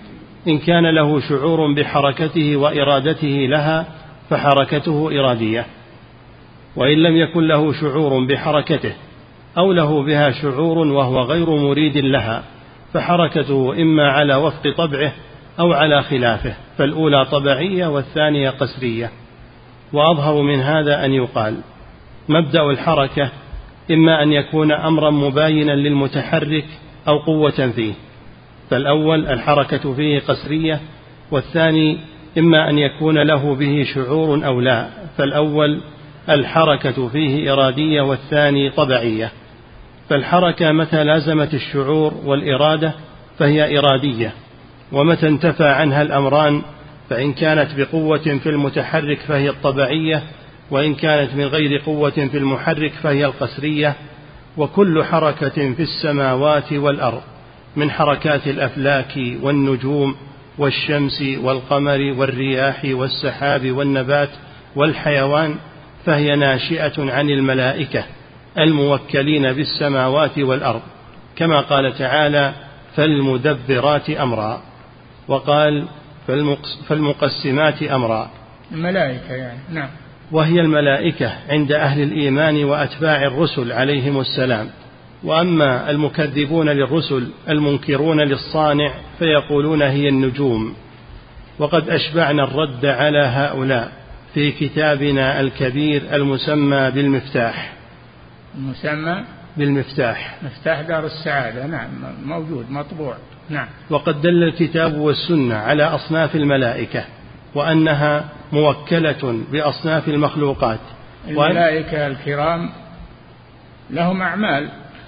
إن كان له شعور بحركته وإرادته لها فحركته إرادية، وإن لم يكن له شعور بحركته أو له بها شعور وهو غير مريد لها فحركته إما على وفق طبعه أو على خلافه، فالأولى طبيعية والثانية قسرية. وأظهر من هذا أن يقال مبدأ الحركة إما أن يكون أمرا مباينا للمتحرك أو قوة فيه، فالأول الحركة فيه قسرية، والثاني إما أن يكون له به شعور أو لا، فالأول الحركة فيه إرادية والثاني طبيعية. فالحركة متى لازمت الشعور والإرادة فهي إرادية، ومتى انتفى عنها الأمران فإن كانت بقوة في المتحرك فهي الطبيعية، وإن كانت من غير قوة في المحرك فهي القسرية. وكل حركة في السماوات والأرض من حركات الأفلاك والنجوم والشمس والقمر والرياح والسحاب والنبات والحيوان فهي ناشئة عن الملائكة الموكلين بالسماوات والأرض، كما قال تعالى فالمدبرات أمرا، وقال فالمقسمات أمرا، الملائكة يعني. نعم. وهي الملائكة عند أهل الإيمان وأتباع الرسل عليهم السلام. وأما المكذبون للرسل المنكرون للصانع فيقولون هي النجوم. وقد أشبعنا الرد على هؤلاء في كتابنا الكبير المسمى بالمفتاح. المسمى بالمفتاح، مفتاح دار السعادة. نعم، موجود مطبوع. نعم. وقد دل الكتاب والسنة على أصناف الملائكة وأنها موكلة بأصناف المخلوقات. الملائكة الكرام لهم أعمال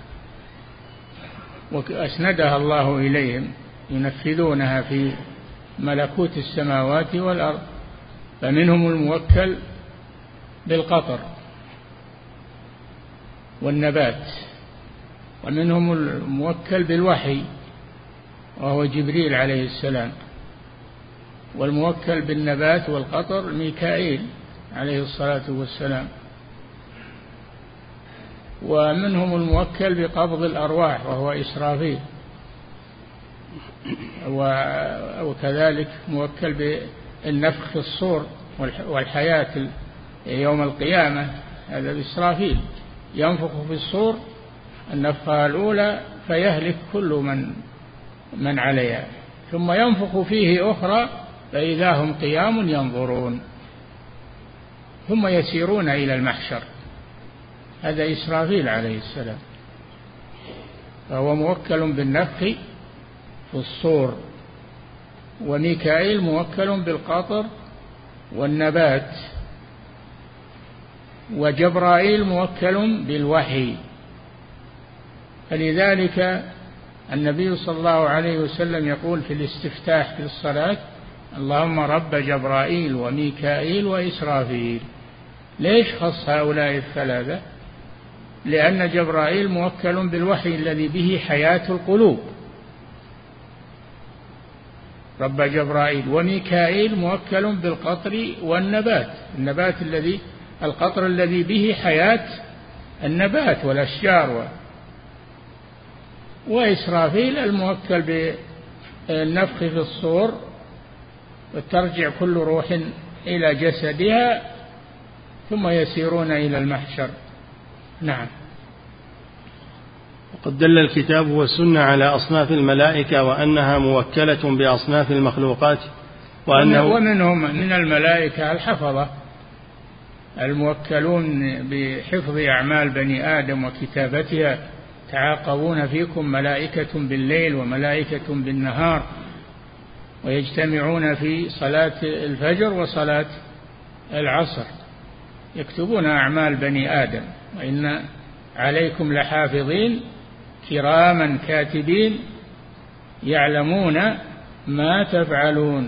وأسندها الله إليهم ينفذونها في ملكوت السماوات والأرض، فمنهم الموكل بالقطر والنبات، ومنهم الموكل بالوحي وهو جبريل عليه السلام، والموكل بالنبات والقطر ميكائيل عليه الصلاة والسلام، ومنهم الموكل بقبض الأرواح وهو إسرافيل، وكذلك موكل بالنفخ في الصور والحياة يوم القيامة، هذا بإسرافيل ينفخ في الصور النفخة الأولى فيهلك كل من من عليها، ثم ينفخ فيه أخرى فإذا هم قيام ينظرون، ثم يسيرون إلى المحشر. هذا إسرافيل عليه السلام، فهو موكل بالنفخ في الصور. وميكائيل موكل بالقطر والنبات. وجبرائيل موكل بالوحي. فلذلك النبي صلى الله عليه وسلم يقول في الاستفتاح في الصلاة اللهم رب جبرائيل وميكائيل وإسرافيل. ليش خص هؤلاء الثلاثة؟ لأن جبرائيل موكل بالوحي الذي به حياة القلوب، رب جبرائيل. وميكائيل موكل بالقطر والنبات، النبات الذي القطر الذي به حياة النبات والأشجار. و... وإسرافيل الموكل بالنفخ في الصور، وترجع كل روح إلى جسدها ثم يسيرون إلى المحشر. نعم. وقد دل الكتاب والسنة على أصناف الملائكة وأنها موكلة بأصناف المخلوقات، وأنه ومنهم من الملائكة الحفظة الموكلون بحفظ أعمال بني آدم وكتابتها، تعاقبون فيكم ملائكة بالليل وملائكة بالنهار، ويجتمعون في صلاة الفجر وصلاة العصر يكتبون أعمال بني آدم. وإن عليكم لحافظين كراما كاتبين يعلمون ما تفعلون.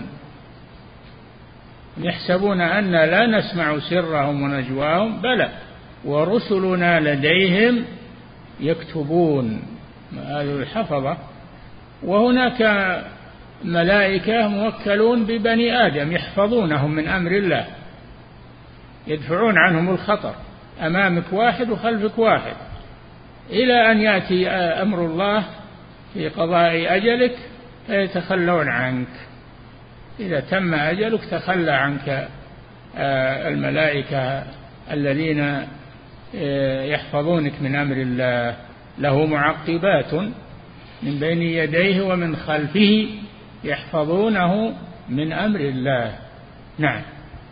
يحسبون أن لا نسمع سرهم ونجواهم، بلى ورسلنا لديهم يكتبون. هذه الحفظة. وهناك ملائكة موكلون ببني آدم يحفظونهم من أمر الله، يدفعون عنهم الخطر، أمامك واحد وخلفك واحد، إلى أن يأتي أمر الله في قضاء أجلك فيتخلون عنك. إذا تم أجلك تخلى عنك الملائكة الذين يحفظونك من أمر الله. له معقبات من بين يديه ومن خلفه يحفظونه من أمر الله. نعم.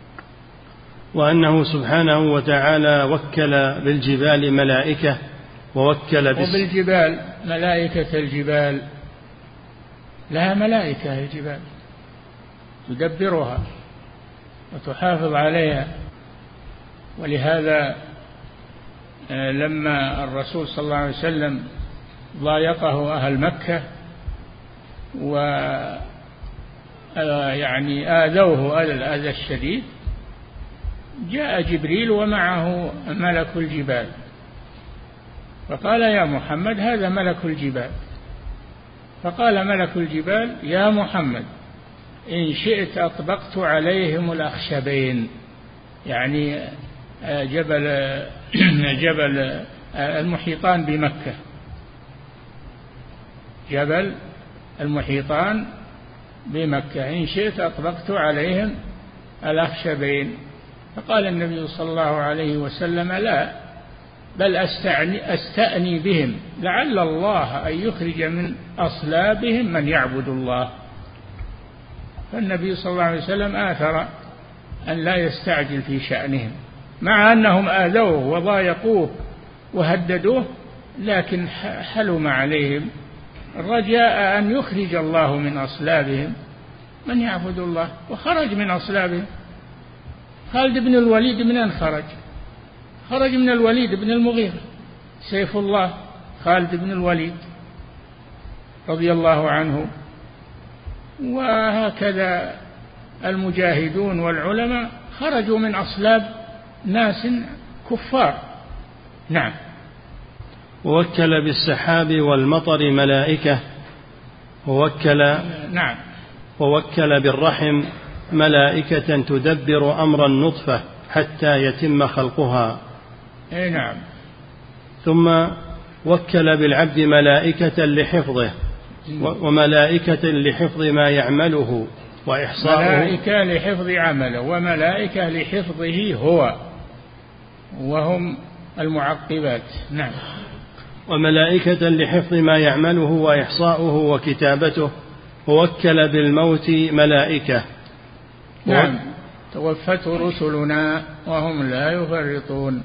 وأنه سبحانه وتعالى وكل بالجبال ملائكة ووكل بس وبالجبال ملائكة الجبال لها ملائكة الجبال تدبرها وتحافظ عليها. ولهذا لما الرسول صلى الله عليه وسلم ضايقه أهل مكة و يعني آذوه آذى الأذى الشديد، جاء جبريل ومعه ملك الجبال فقال يا محمد هذا ملك الجبال. فقال ملك الجبال يا محمد إن شئت أطبقت عليهم الأخشبين، يعني جبل جبل المحيطان بمكة، جبل المحيطان بمكة، إن شئت أطبقت عليهم الأخشبين. فقال النبي صلى الله عليه وسلم لا، بل أستعني, أستأني بهم لعل الله أن يخرج من أصلابهم من يعبد الله. فالنبي صلى الله عليه وسلم آثر أن لا يستعجل في شأنهم، مع أنهم آذوه وضايقوه وهددوه، لكن حلم عليهم رجاء أن يخرج الله من أصلابهم من يعبد الله. وخرج من أصلابهم. خالد بن الوليد من أين خرج؟ خرج من الوليد بن المغيرة سيف الله، خالد بن الوليد رضي الله عنه. وهكذا المجاهدون والعلماء خرجوا من أصلاب ناس كفار. نعم. ووكل بالسحاب والمطر ملائكة ووكل نعم ووكل بالرحم ملائكة تدبر أمر النطفة حتى يتم خلقها. أي نعم. ثم وكل بالعبد ملائكة لحفظه وملائكة لحفظ ما يعمله وإحصاؤه. ملائكة لحفظ عمله وملائكة لحفظه هو، وهم المعقبات. نعم. وملائكة لحفظ ما يعمله وإحصاؤه وكتابته. ووكل بالموت ملائكة. نعم. توفته رسلنا وهم لا يفرطون،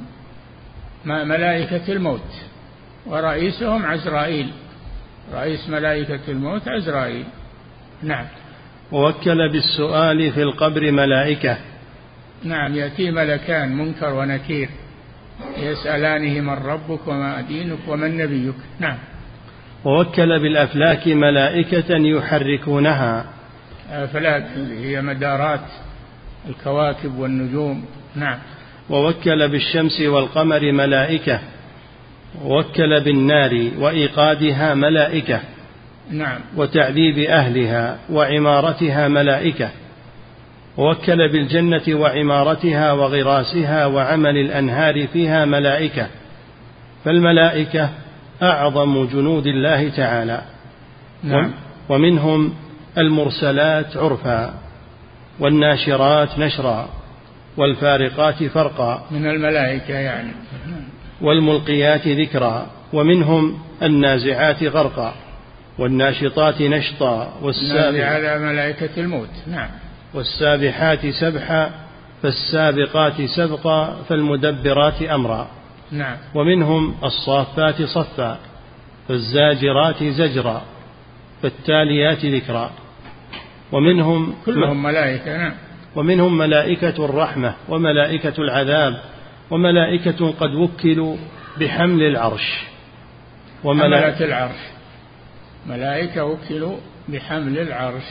ملائكة الموت، ورئيسهم عزرائيل، رئيس ملائكة الموت عزرائيل. نعم. ووكل بالسؤال في القبر ملائكة. نعم. يأتي ملكان منكر ونكير يسألانه من ربك وما دينك ومن نبيك. نعم. ووكل بالأفلاك ملائكة يحركونها. أفلاك هي مدارات الكواكب والنجوم. نعم. ووكل بالشمس والقمر ملائكة. ووكل بالنار وإيقادها ملائكة. نعم. وتعذيب أهلها وعمارتها ملائكة. ووكل بالجنة وعمارتها وغراسها وعمل الأنهار فيها ملائكة. فالملائكة أعظم جنود الله تعالى. نعم. ومنهم المرسلات عرفا والناشرات نشرا والفارقات فرقا، من الملائكة يعني، والملقيات ذكرا. ومنهم النازعات غرقا والناشطات نشطا والسابحات على ملائكة الموت. نعم. والسابحات سبحا فالسابقات سبقا فالمدبرات أمرا. نعم. ومنهم الصافات صفا فالزاجرات زجرا فالتاليات ذكرا. ومنهم كلهم ملائكة. نعم. ومنهم ملائكة الرحمة وملائكة العذاب وملائكة قد وكلوا بحمل العرش. وملائكة العرش ملائكة وكلوا بحمل العرش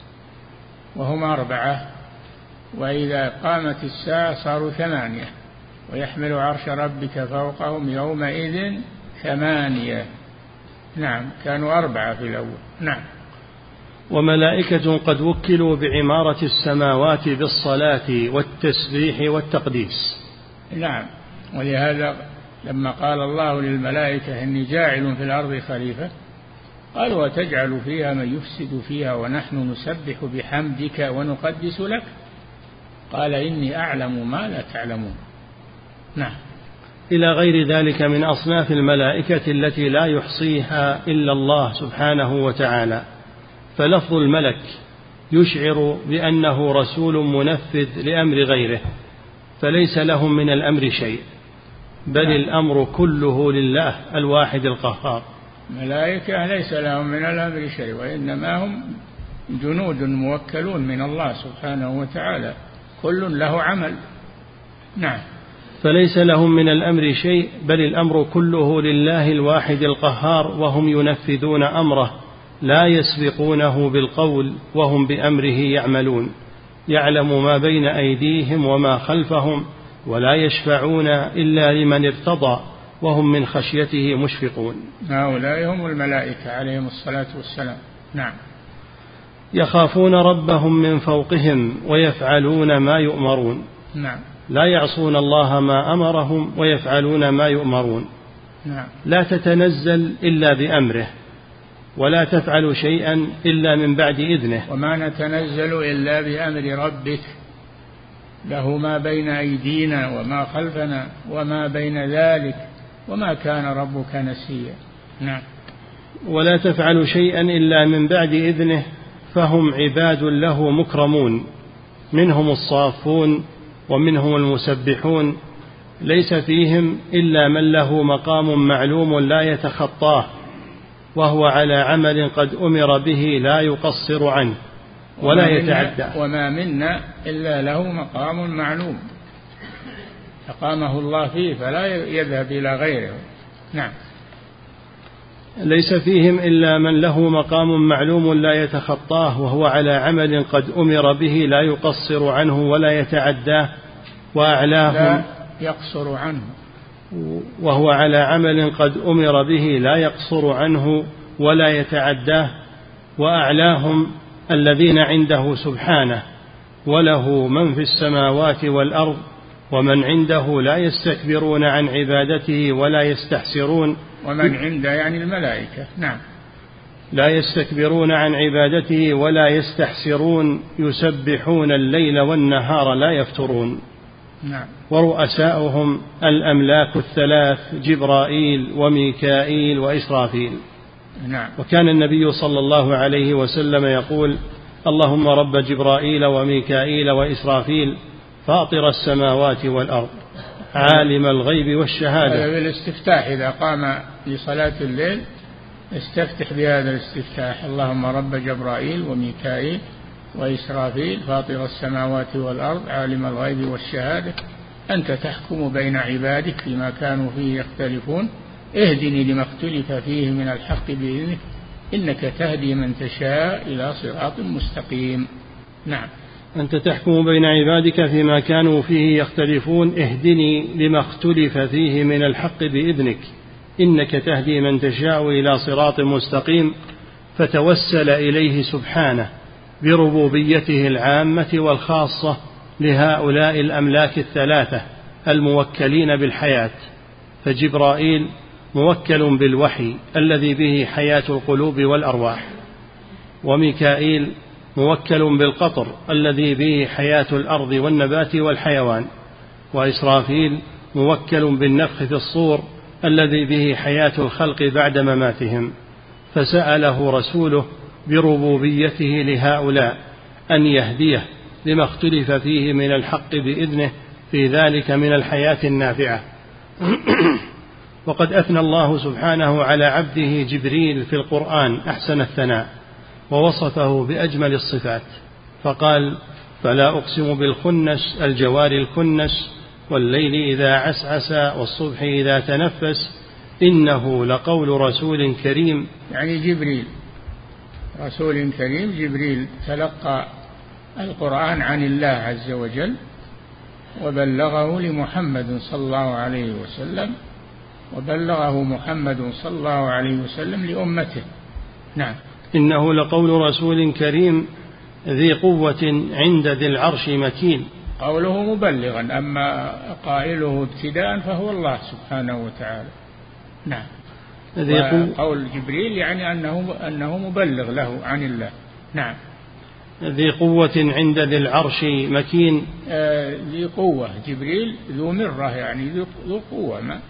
وهم أربعة، وإذا قامت الساعة صاروا ثمانية، ويحمل عرش ربك فوقهم يومئذ ثمانية. نعم. كانوا أربعة في الأول. نعم. وملائكة قد وكلوا بعمارة السماوات بالصلاة والتسبيح والتقديس. نعم. ولهذا لما قال الله للملائكة إني جاعل في الأرض خليفة قال وتجعل فيها من يفسد فيها ونحن نسبح بحمدك ونقدس لك قال إني أعلم ما لا تعلمون. نعم. إلى غير ذلك من أصناف الملائكة التي لا يحصيها إلا الله سبحانه وتعالى، فلفظ الملك يشعر بأنه رسول منفذ لأمر غيره، فليس لهم من الأمر شيء، بل الأمر كله لله الواحد القهار. الملائكة ليس لهم من الأمر شيء، وإنما هم جنود موكلون من الله سبحانه وتعالى، كل له عمل. نعم. فليس لهم من الأمر شيء، بل الأمر كله لله الواحد القهار، وهم ينفذون أمره لا يسبقونه بالقول، وهم بأمره يعملون، يعلم ما بين أيديهم وما خلفهم، ولا يشفعون إلا لمن ارتضى، وهم من خشيته مشفقون. هؤلاء هم الملائكة عليهم الصلاة والسلام. نعم. يخافون ربهم من فوقهم ويفعلون ما يؤمرون. نعم. لا يعصون الله ما أمرهم ويفعلون ما يؤمرون. نعم. لا تتنزل إلا بأمره، ولا تفعل شيئا إلا من بعد إذنه. وما نتنزل إلا بأمر ربك، له ما بين أيدينا وما خلفنا وما بين ذلك، وما كان ربك نسيا. نعم. ولا تفعل شيئا إلا من بعد إذنه، فهم عباد له مكرمون، منهم الصافون ومنهم المسبحون، ليس فيهم إلا من له مقام معلوم لا يتخطاه، وهو على عمل قد أمر به لا يقصر عنه ولا يتعدى. وما منا إلا له مقام معلوم أقامه الله فيه فلا يذهب إلى غيره. نعم. ليس فيهم إلا من له مقام معلوم لا يتخطاه، وهو على عمل قد أمر به لا يقصر عنه ولا يتعداه. وأعلاهم لا يقصر عنه، وهو على عمل قد أمر به لا يقصر عنه ولا يتعداه. وأعلاهم الذين عنده سبحانه، وله من في السماوات والأرض، ومن عنده لا يستكبرون عن عبادته ولا يستحسرون. ومن عنده يعني الملائكة. نعم. لا يستكبرون عن عبادته ولا يستحسرون، يسبحون الليل والنهار لا يفترون. نعم. ورؤساؤهم الأملاك الثلاث، جبرائيل وميكائيل وإسرافيل. نعم. وكان النبي صلى الله عليه وسلم يقول: اللهم رب جبرائيل وميكائيل وإسرافيل فاطر السماوات والأرض عالم الغيب والشهادة. هذا بالاستفتاح، إذا قام لصلاة الليل استفتح بهذا الاستفتاح: اللهم رب جبرائيل وميكائيل وإسرافيل فاطر السماوات والأرض عالم الغيب والشهادة أنت تحكم بين عبادك فيما كانوا فيه يختلفون اهدني لما اختلف فيه من الحق بإذنك إنك تهدي من تشاء إلى صراط مستقيم. نعم. أنت تحكم بين عبادك فيما كانوا فيه يختلفون اهدني لما اختلف فيه من الحق بإذنك إنك تهدي من تشاء إلى صراط مستقيم. فتوسل إليه سبحانه بربوبيته العامة والخاصة لهؤلاء الأملاك الثلاثة الموكلين بالحياة، فجبرائيل موكل بالوحي الذي به حياة القلوب والأرواح، وميكائيل موكل بالقطر الذي به حياة الأرض والنبات والحيوان، وإسرافيل موكل بالنفخ في الصور الذي به حياة الخلق بعد مماتهم. فسأله رسوله بربوبيته لهؤلاء أن يهديه لما اختلف فيه من الحق بإذنه في ذلك من الحياة النافعة. وقد أثنى الله سبحانه على عبده جبريل في القرآن أحسن الثناء، ووصفه بأجمل الصفات، فقال: فلا أقسم بالخنس الجوار الكنس والليل إذا عسعس والصبح إذا تنفس إنه لقول رسول كريم. يعني جبريل رسول كريم، جبريل تلقى القرآن عن الله عز وجل وبلغه لمحمد صلى الله عليه وسلم، وبلغه محمد صلى الله عليه وسلم لأمته. نعم. إنه لقول رسول كريم ذي قوة عند ذي العرش مكين. قوله مبلغا، أما قائله ابتداء فهو الله سبحانه وتعالى. نعم. قول جبريل يعني أنه أنه مبلغ له عن الله. نعم. ذي قوة عند ذي العرش مكين. آه ذي قوة، جبريل ذو مرة يعني ذو قوة. ما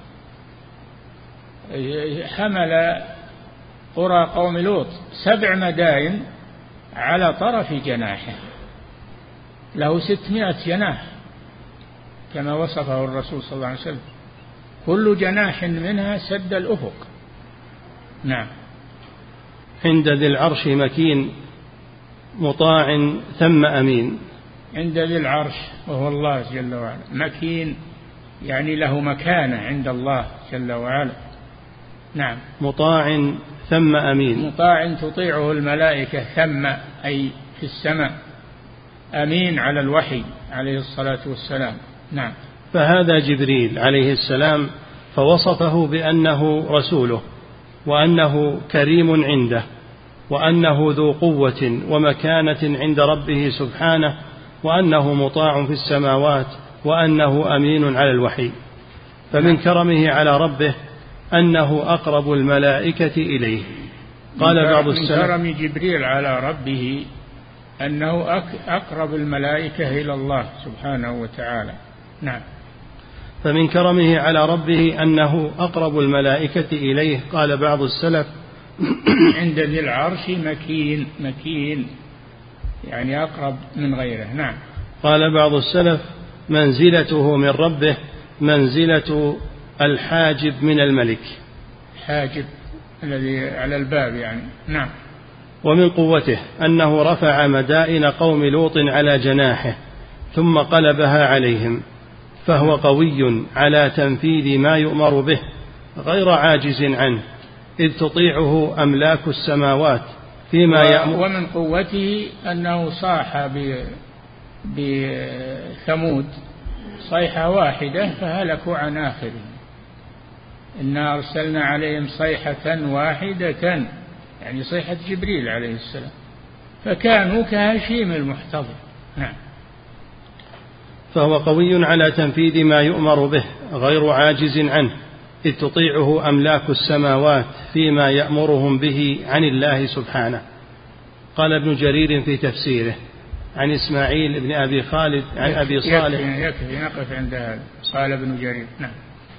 حمل قرى قوم لوط سبع مدائن على طرف جناحه، له ستمائة جناح كما وصفه الرسول صلى الله عليه وسلم، كل جناح منها سد الأفق. نعم. عند ذي العرش مكين مطاع ثم أمين. عند ذي العرش وهو الله جل وعلا، مكين يعني له مكانة عند الله جل وعلا. نعم. مطاع ثم أمين. مطاع تطيعه الملائكة، ثم أي في السماء، أمين على الوحي عليه الصلاة والسلام. نعم. فهذا جبريل عليه السلام فوصفه بأنه رسوله، وأنه كريم عنده، وأنه ذو قوة ومكانة عند ربه سبحانه، وأنه مطاع في السماوات، وأنه أمين على الوحي. فمن كرمه على ربه أنه أقرب الملائكة إليه. قال بعض السلف: من كرم جبريل على ربه أنه أقرب الملائكة إلى الله سبحانه وتعالى. نعم. فمن كرمه على ربه أنه أقرب الملائكة إليه. قال بعض السلف: عند ذي العرش مكين، مكين يعني أقرب من غيره. نعم. قال بعض السلف: منزلته من ربه منزلة الحاجب من الملك. حاجب الذي على الباب يعني. نعم. ومن قوته أنه رفع مدائن قوم لوط على جناحه ثم قلبها عليهم، فهو قوي على تنفيذ ما يؤمر به غير عاجز عنه، إذ تطيعه أملاك السماوات فيما يأمر. ومن قوته أنه صاح بثمود صيحة واحدة فهلكوا عن آخرهم. إنا أرسلنا عليهم صيحة واحدة، يعني صيحة جبريل عليه السلام، فكانوا كهشيم المحتضر. نعم. فهو قوي على تنفيذ ما يؤمر به غير عاجز عنه، إذ تطيعه أملاك السماوات فيما يأمرهم به عن الله سبحانه. قال ابن جرير في تفسيره عن إسماعيل بن أبي خالد عن أبي صالح. يكفي نقف عند هذا. قال ابن جرير. نعم.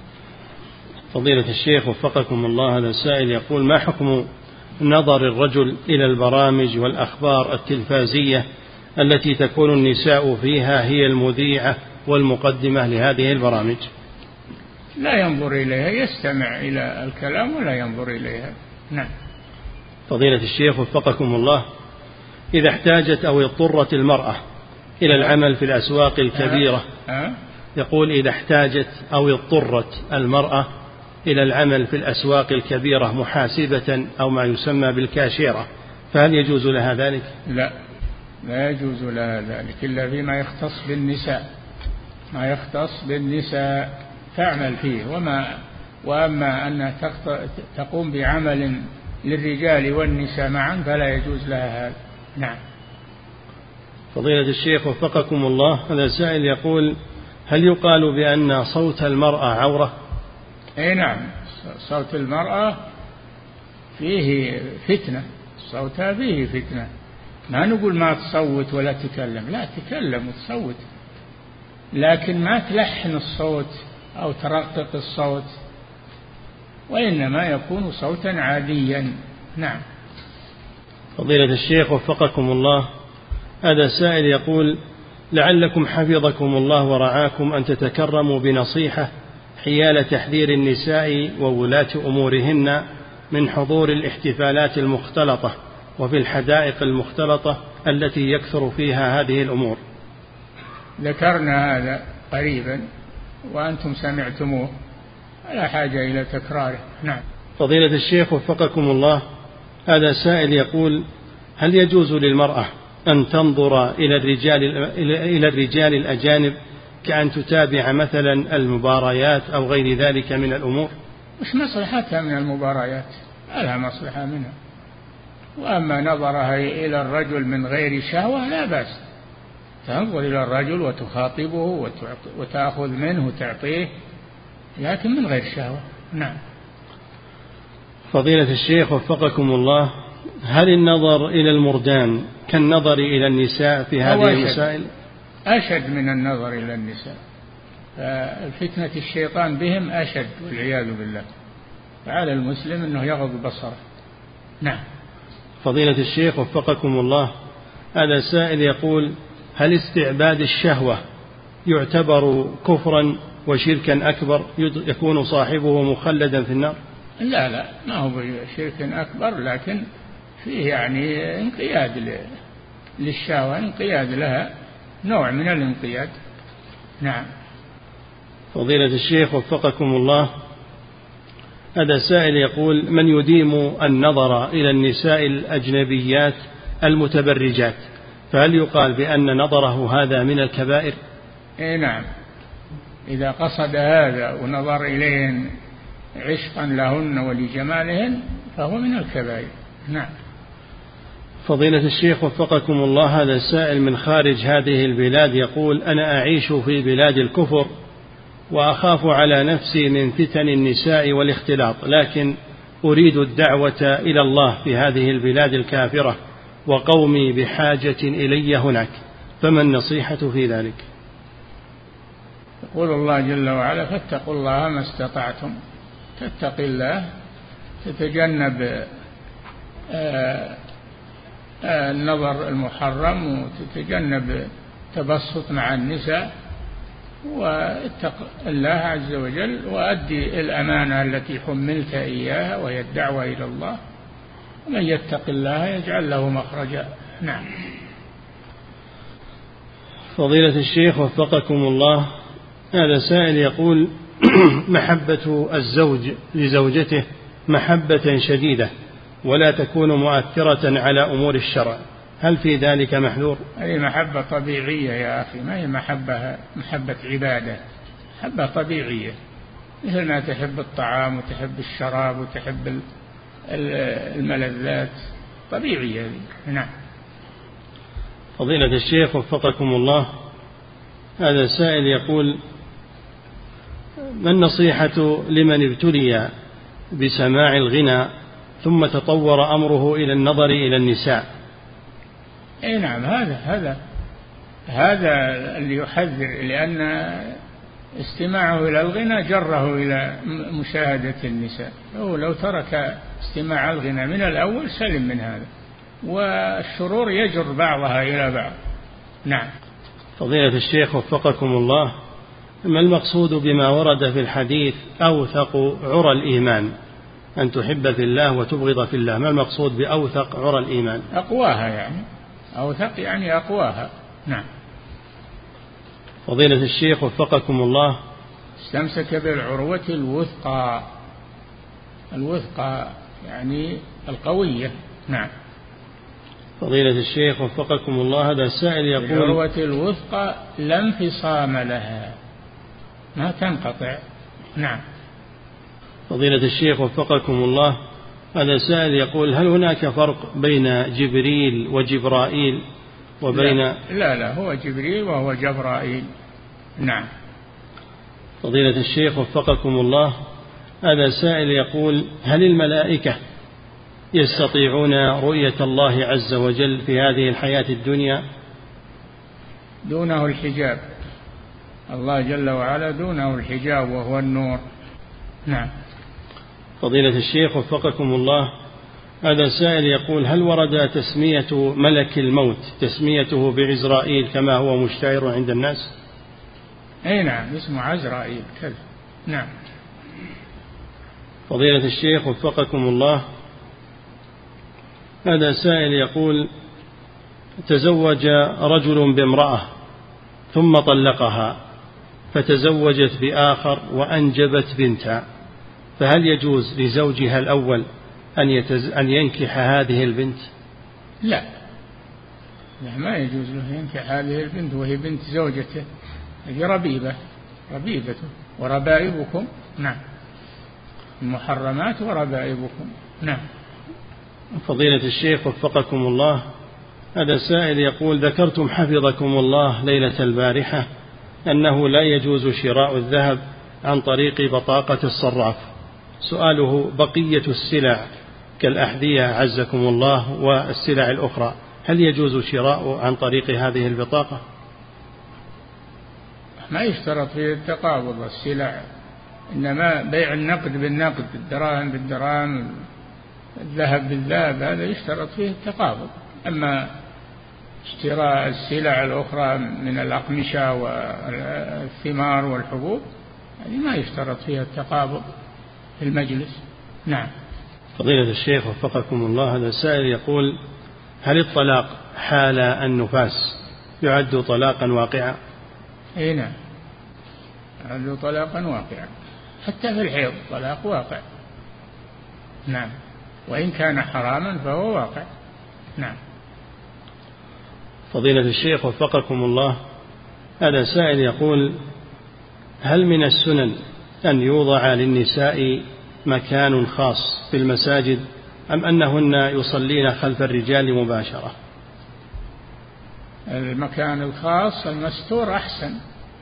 فضيلة الشيخ وفقكم الله، هذا السائل يقول: ما حكم نظر الرجل إلى البرامج والأخبار التلفازية التي تكون النساء فيها هي المذيعة والمقدمة لهذه البرامج؟ لا ينظر إليها، يستمع إلى الكلام ولا ينظر إليها. نعم. فضيلة الشيخ وفقكم الله، إذا احتاجت أو اضطرت المرأة إلى العمل في الأسواق الكبيرة، يقول: إذا احتاجت أو اضطرت المرأة إلى العمل في الأسواق الكبيرة محاسبة أو ما يسمى بالكاشيرة، فهل يجوز لها ذلك؟ لا، لا يجوز لها ذلك إلا فيما يختص بالنساء، ما يختص بالنساء تعمل فيه. وما وأما أن تقوم بعمل للرجال والنساء معا فلا يجوز لها هذا. نعم. فضيلة الشيخ وفقكم الله، هذا سائل يقول: هل يقال بأن صوت المرأة عورة؟ أي نعم، صوت المرأة فيه فتنة، صوتها فيه فتنة. ما نقول ما تصوت ولا تكلم، لا، تكلم وتصوت، لكن ما تلحن الصوت أو ترقق الصوت، وإنما يكون صوتا عاديا. نعم. فضيلة الشيخ وفقكم الله، هذا سائل يقول: لعلكم حفظكم الله ورعاكم أن تتكرموا بنصيحة حيال تحذير النساء وولاة أمورهن من حضور الاحتفالات المختلطة وفي الحدائق المختلطة التي يكثر فيها هذه الأمور. ذكرنا هذا قريبا وأنتم سمعتموه، لا حاجة إلى تكراره. نعم. فضيلة الشيخ وفقكم الله، هذا سائل يقول: هل يجوز للمرأة أن تنظر إلى الرجال إلى الرجال الأجانب كأن تتابع مثلا المباريات أو غير ذلك من الأمور؟ مش مصلحتها من المباريات، ما لها مصلحة منها. وأما نظرها إلى الرجل من غير شهوة لا بأس، تنظر إلى الرجل وتخاطبه وتأخذ منه وتعطيه، لكن من غير شهوة. نعم. فضيلة الشيخ وفقكم الله، هل النظر إلى المردان كالنظر إلى النساء في هذه المسائل؟ أشد من النظر إلى النساء، فتنة الشيطان بهم أشد والعياذ بالله، فعلى المسلم أنه يغض بصره. نعم. فضيلة الشيخ وفقكم الله، هذا سائل يقول: هل استعباد الشهوة يعتبر كفرا وشركا أكبر يكون صاحبه مخلدا في النار؟ لا لا، ما هو شرك أكبر، لكن فيه يعني انقياد للشهوة، انقياد لها، نوع من الانقياد. نعم. فضيلة الشيخ وفقكم الله، هذا سائل يقول: من يديم النظر إلى النساء الأجنبيات المتبرجات، فهل يقال بأن نظره هذا من الكبائر؟ إيه نعم، إذا قصد هذا ونظر إليهن عشقا لهن ولجمالهن فهو من الكبائر. نعم. فضيلة الشيخ وفقكم الله، هذا سائل من خارج هذه البلاد يقول: أنا أعيش في بلاد الكفر وأخاف على نفسي من فتن النساء والاختلاط، لكن أريد الدعوة إلى الله في هذه البلاد الكافرة وقومي بحاجة إلي هناك، فما النصيحة في ذلك؟ يقول الله جل وعلا: فاتقوا الله ما استطعتم. تتقي الله، تتجنب النظر المحرم، وتتجنب تبسط مع النساء، واتق الله عز وجل، وأدي الأمانة التي حملت إياها وهي الدعوة إلى الله، ومن يتق الله يجعل له مخرجا. نعم. فضيلة الشيخ وفقكم الله، هذا سائل يقول: محبة الزوج لزوجته محبة شديدة ولا تكون مؤثرة على أمور الشرع، هل في ذلك محذور؟ هذه محبة طبيعية يا أخي، ما هي محبة محبة عبادة، محبة طبيعية، مثل ما تحب الطعام وتحب الشراب وتحب الملذات، طبيعية. نعم. فضيلة الشيخ وفقكم الله، هذا سائل يقول: ما النصيحة لمن ابتلي بسماع الغنى ثم تطور أمره إلى النظر إلى النساء؟ اي نعم، هذا هذا هذا اللي يحذر، لأن استماعه إلى الغنى جره إلى مشاهدة النساء. هو لو ترك استماع الغنى من الأول سلم من هذا، والشرور يجر بعضها إلى بعض. نعم. فضيلة الشيخ وفقكم الله، ما المقصود بما ورد في الحديث: أوثق عرى الإيمان أن تحب في الله وتبغض في الله؟ ما المقصود بأوثق عرى الإيمان؟ أقواها، يعني أوثق يعني أقواها. نعم. فضيلة الشيخ وفقكم الله، استمسك بالعروة الوثقى، الوثقى يعني القوية. نعم. فضيلة الشيخ وفقكم الله، هذا السائل يقول: العروة الوثقى لا انفصام لها، ما تنقطع. نعم. فضيلة الشيخ وفقكم الله، هذا سائل يقول: هل هناك فرق بين جبريل وجبرائيل وبين؟ لا لا, لا هو جبريل وهو جبرائيل. نعم. فضيلة الشيخ وفقكم الله، هذا سائل يقول: هل الملائكة يستطيعون رؤية الله عز وجل في هذه الحياة الدنيا؟ دونه الحجاب، الله جل وعلا دونه الحجاب وهو النور. نعم. فضيلة الشيخ وفقكم الله، هذا سائل يقول: هل ورد تسمية ملك الموت تسميته بعزرائيل كما هو مشتهر عند الناس؟ اي نعم، اسمه عزرائيل كذا. نعم. فضيلة الشيخ وفقكم الله، هذا سائل يقول: تزوج رجل بامرأة ثم طلقها فتزوجت بآخر وأنجبت بنتا، فهل يجوز لزوجها الأول أن, يتز... أن ينكح هذه البنت؟ لا. لا، ما يجوز له ينكح هذه البنت وهي بنت زوجته، هي ربيبة، ربيبته وربائبكم. نعم. المحرمات وربائبكم. نعم. فضيلة الشيخ وفقكم الله، هذا سائل يقول: ذكرتم حفظكم الله ليلة البارحة أنه لا يجوز شراء الذهب عن طريق بطاقة الصراف، سؤاله: بقية السلع كالأحذية عزكم الله والسلع الأخرى هل يجوز شراء عن طريق هذه البطاقة؟ ما يشترط فيه التقابض السلع، إنما بيع النقد بالنقد، الدراهم بالدراهم، الذهب بالذهب، هذا يشترط فيه التقابض. أما اشتراء السلع الأخرى من الأقمشة والثمار والحبوب هذه ما يشترط فيها التقابض في المجلس. نعم. فضيلة الشيخ وفقكم الله، هذا السائل يقول: هل الطلاق حال النفاس يعد طلاقا واقعا؟ اي نعم، يعد طلاقا واقعا، حتى في الحيض طلاق واقع. نعم، وإن كان حراما فهو واقع. نعم. فضيلة الشيخ وفقكم الله، هذا سائل يقول: هل من السنن أن يوضع للنساء مكان خاص في المساجد أم أنهن يصلين خلف الرجال مباشرة؟ المكان الخاص المستور أحسن،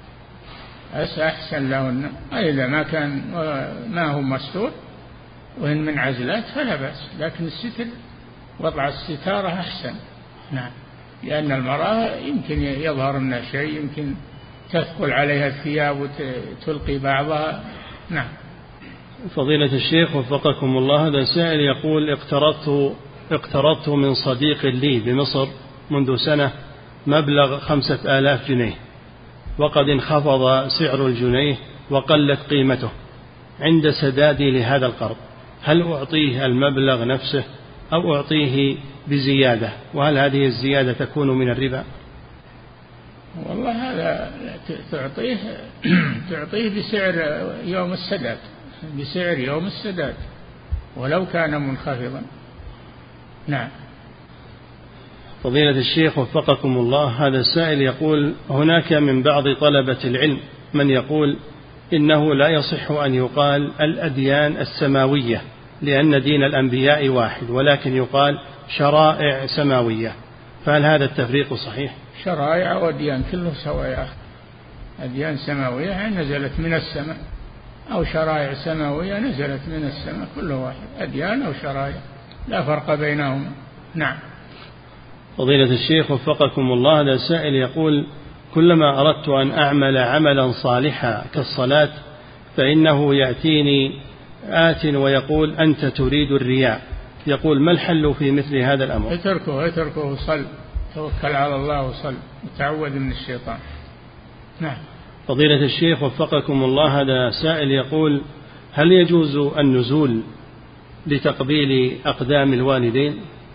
أحسن لهن. إذا ما كان ما هو مستور وإن من عزلات فلا بأس، لكن الستر وضع الستارة أحسن. نعم، لأن المرأة يمكن يظهر منها شيء، يمكن تثقل عليها الثياب وتلقي بعضها. نعم. فضيلة الشيخ وفقكم الله، هذا سائل يقول: اقترضت اقترضت من صديق لي بمصر منذ سنة مبلغ خمسة آلاف جنيه، وقد انخفض سعر الجنيه وقلت قيمته عند سدادي لهذا القرض، هل أعطيه المبلغ نفسه أو أعطيه بزيادة؟ وهل هذه الزيادة تكون من الربا؟ والله هذا تعطيه تعطيه بسعر يوم السداد، بسعر يوم السداد ولو كان منخفضا. نعم. فضيلة الشيخ وفقكم الله، هذا السائل يقول: هناك من بعض طلبة العلم من يقول إنه لا يصح أن يقال الأديان السماوية لأن دين الأنبياء واحد، ولكن يقال شرائع سماوية، فهل هذا التفريق صحيح؟ شرائع وأديان كله سواء، أديان سماوية نزلت من السماء أو شرائع سماوية نزلت من السماء، كله واحد، أديان أو شرائع لا فرق بينهم. نعم. فضيلة الشيخ وفقكم الله، هذا سائل يقول: كلما أردت أن أعمل عملا صالحا كالصلاة فإنه يأتيني آت ويقول أنت تريد الرياء، يقول: ما الحل في مثل هذا الأمر؟ اتركه اتركه وصل، توكل على الله وصل، وتعوذ من الشيطان. نعم. فضيلة الشيخ وفقكم الله، هذا سائل يقول: هل يجوز النزول لتقبيل أقدام الوالدين؟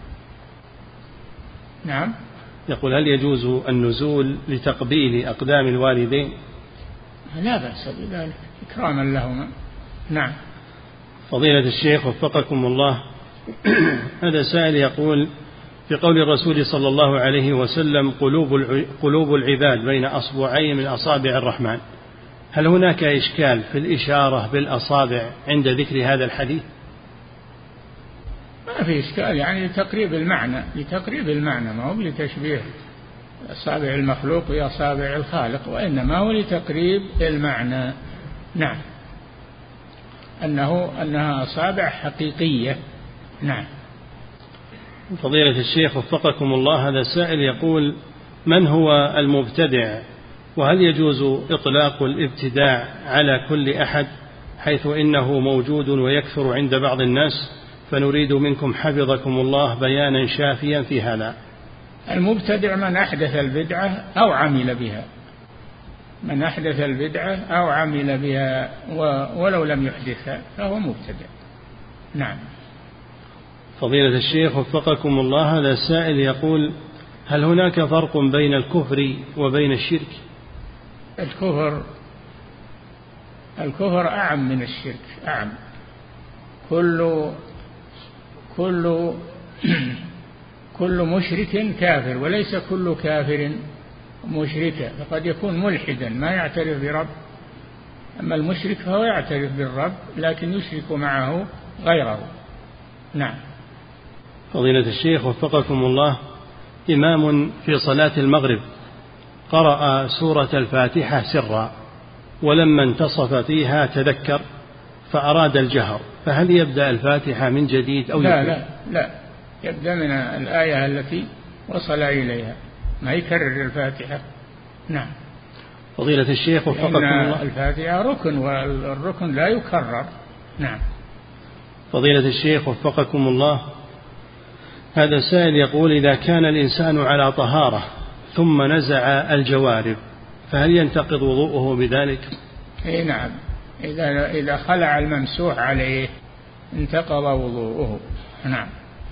نعم. يقول: هل يجوز النزول لتقبيل أقدام الوالدين؟ لا بأس بذلك إكراما لهما. نعم. فضيلة الشيخ وفقكم الله، هذا سائل يقول: في قول الرسول صلى الله عليه وسلم قلوب العباد بين أصبعين من أصابع الرحمن، هل هناك إشكال في الإشارة بالأصابع عند ذكر هذا الحديث؟ ما في إشكال، يعني لتقريب المعنى، لتقريب المعنى، ما هو لتشبيه أصابع المخلوق بأصابع الخالق، وإنما هو لتقريب المعنى. نعم، أنه أنها أصابع حقيقية. نعم. فضيلة الشيخ وفقكم الله، هذا سائل يقول: من هو المبتدع؟ وهل يجوز إطلاق الابتداع على كل أحد حيث إنه موجود ويكثر عند بعض الناس، فنريد منكم حفظكم الله بيانا شافيا في هذا. المبتدع من أحدث البدعة أو عمل بها، من أحدث البدعة أو عمل بها ولو لم يحدثها فهو مبتدع. نعم. فضيلة الشيخ وفقكم الله، هذا السائل يقول: هل هناك فرق بين الكفر وبين الشرك؟ الكفر الكفر أعم من الشرك، أعم. كل كل كل مشرك كافر، وليس كل كافر مشركا، فقد يكون ملحدا ما يعترف برب، أما المشرك فهو يعترف بالرب لكن يشرك معه غيره. نعم. فضيلة الشيخ وفقكم الله، إمام في صلاة المغرب قرأ سورة الفاتحة سرا، ولما انتصف فيها تذكر فأراد الجهر، فهل يبدأ الفاتحة من جديد أو لا لا لا يبدأ من الآية التي وصل إليها، ما يكرر الفاتحة. نعم. فضيلة الشيخ وفقكم الله، الفاتحة ركن والركن لا يكرر. نعم. فضيلة الشيخ وفقكم الله، هذا سائل يقول: إذا كان الإنسان على طهارة ثم نزع الجوارب فهل ينتقض وضوءه بذلك؟ اي نعم، إذا إذا خلع الممسوح عليه انتقض وضوءه. نعم.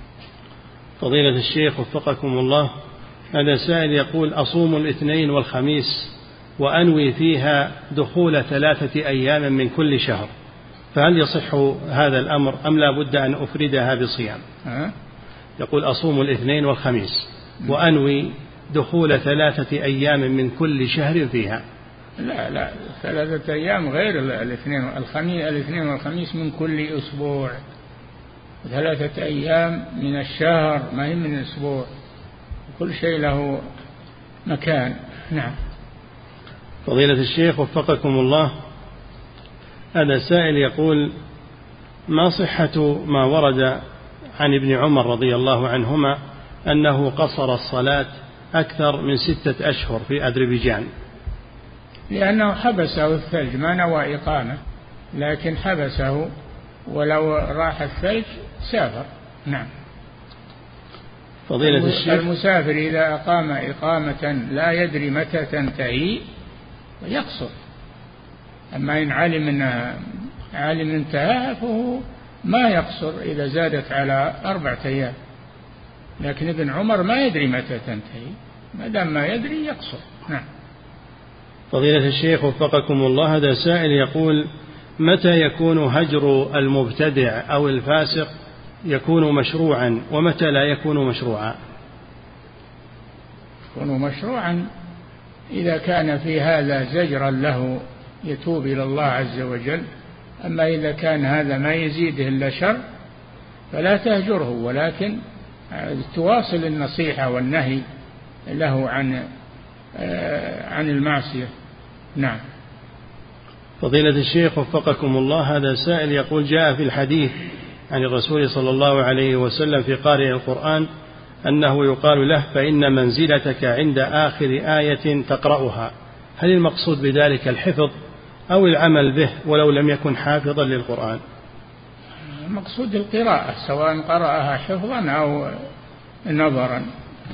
فضيلة الشيخ وفقكم الله، هذا سائل يقول: أصوم الاثنين والخميس وأنوي فيها دخول ثلاثة أيام من كل شهر، فهل يصح هذا الأمر أم لا بد أن أفردها بصيام؟ أه؟ يقول: أصوم الاثنين والخميس وأنوي دخول ثلاثة أيام من كل شهر فيها. لا لا، ثلاثة أيام غير الاثنين الخميس، الاثنين والخميس من كل أسبوع، ثلاثة أيام من الشهر ما هي من أسبوع، كل شيء له مكان. نعم. فضيلة الشيخ وفقكم الله، هذا سائل يقول: ما صحة ما ورد عن ابن عمر رضي الله عنهما أنه قصر الصلاة أكثر من ستة أشهر في أذربيجان؟ لأنه حبسه الثلج، ما نوى إقامة لكن حبسه، ولو راح الثلج سافر. نعم. فضيلة الشيخ، المسافر إذا أقام إقامة لا يدري متى تنتهي يقصر، أما إن علم أن علم انتهاها فهو ما يقصر إذا زادت على أربعة أيام، لكن ابن عمر ما يدري متى تنتهي، ما دام ما يدري يقصر. نعم. فضيلة الشيخ وفقكم الله، هذا سائل يقول: متى يكون هجر المبتدع أو الفاسق يكون مشروعا ومتى لا يكون مشروعا؟ يكون مشروعا إذا كان في هذا زجرا له يتوب إلى الله عز وجل، أما إذا كان هذا ما يزيده إلا شر فلا تهجره، ولكن تواصل النصيحة والنهي له عن عن المعصية. نعم. فضيلة الشيخ وفقكم الله، هذا سائل يقول: جاء في الحديث عن الرسول صلى الله عليه وسلم في قارئ القرآن أنه يقال له: فإن منزلتك عند آخر آية تقرأها، هل المقصود بذلك الحفظ أو العمل به ولو لم يكن حافظا للقرآن؟ المقصود القراءة، سواء قرأها حفظا أو نظرا،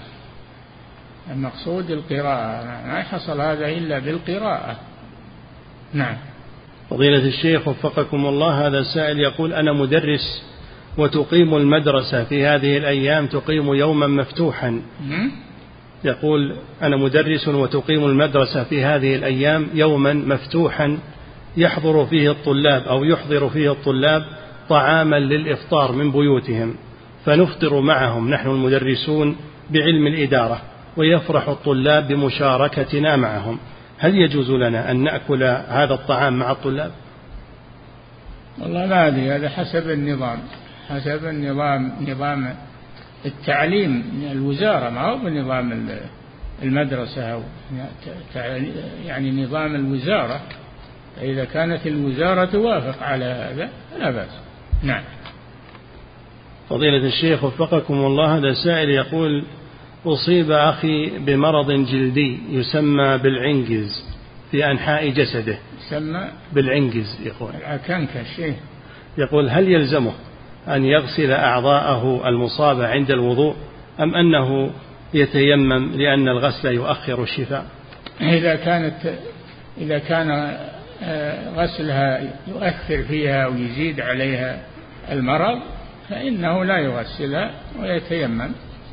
المقصود القراءة، ما حصل هذا إلا بالقراءة. نعم. فضيلة الشيخ وفقكم الله، هذا سائل يقول: أنا مدرس وتقيم المدرسة في هذه الأيام تقيم يوما مفتوحا. يقول: أنا مدرس وتقيم المدرسة في هذه الأيام يوما مفتوحا يحضر فيه الطلاب أو يحضر فيه الطلاب طعاما للإفطار من بيوتهم، فنفطر معهم نحن المدرسون بعلم الإدارة، ويفرح الطلاب بمشاركتنا معهم، هل يجوز لنا أن نأكل هذا الطعام مع الطلاب؟ والله ما أدري، هذا حسب النظام، حسب النظام، نظام التعليم الوزارة، ما هو بنظام المدرسة أو يعني نظام الوزارة، فإذا كانت الوزارة توافق على هذا لا بأس. نعم. فضيلة الشيخ وفقكم الله، هذا سائل يقول: أصيب أخي بمرض جلدي يسمى بالعنجز في أنحاء جسده. يسمى بالعنجز يقول العنكش. يقول: هل يلزمه أن يغسل أعضاءه المصابة عند الوضوء أم أنه يتيمم لأن الغسل يؤخر الشفاء؟ إذا كانت إذا كان غسلها يؤثر فيها ويزيد عليها المرض فإنه لا يغسلها ويتيمم،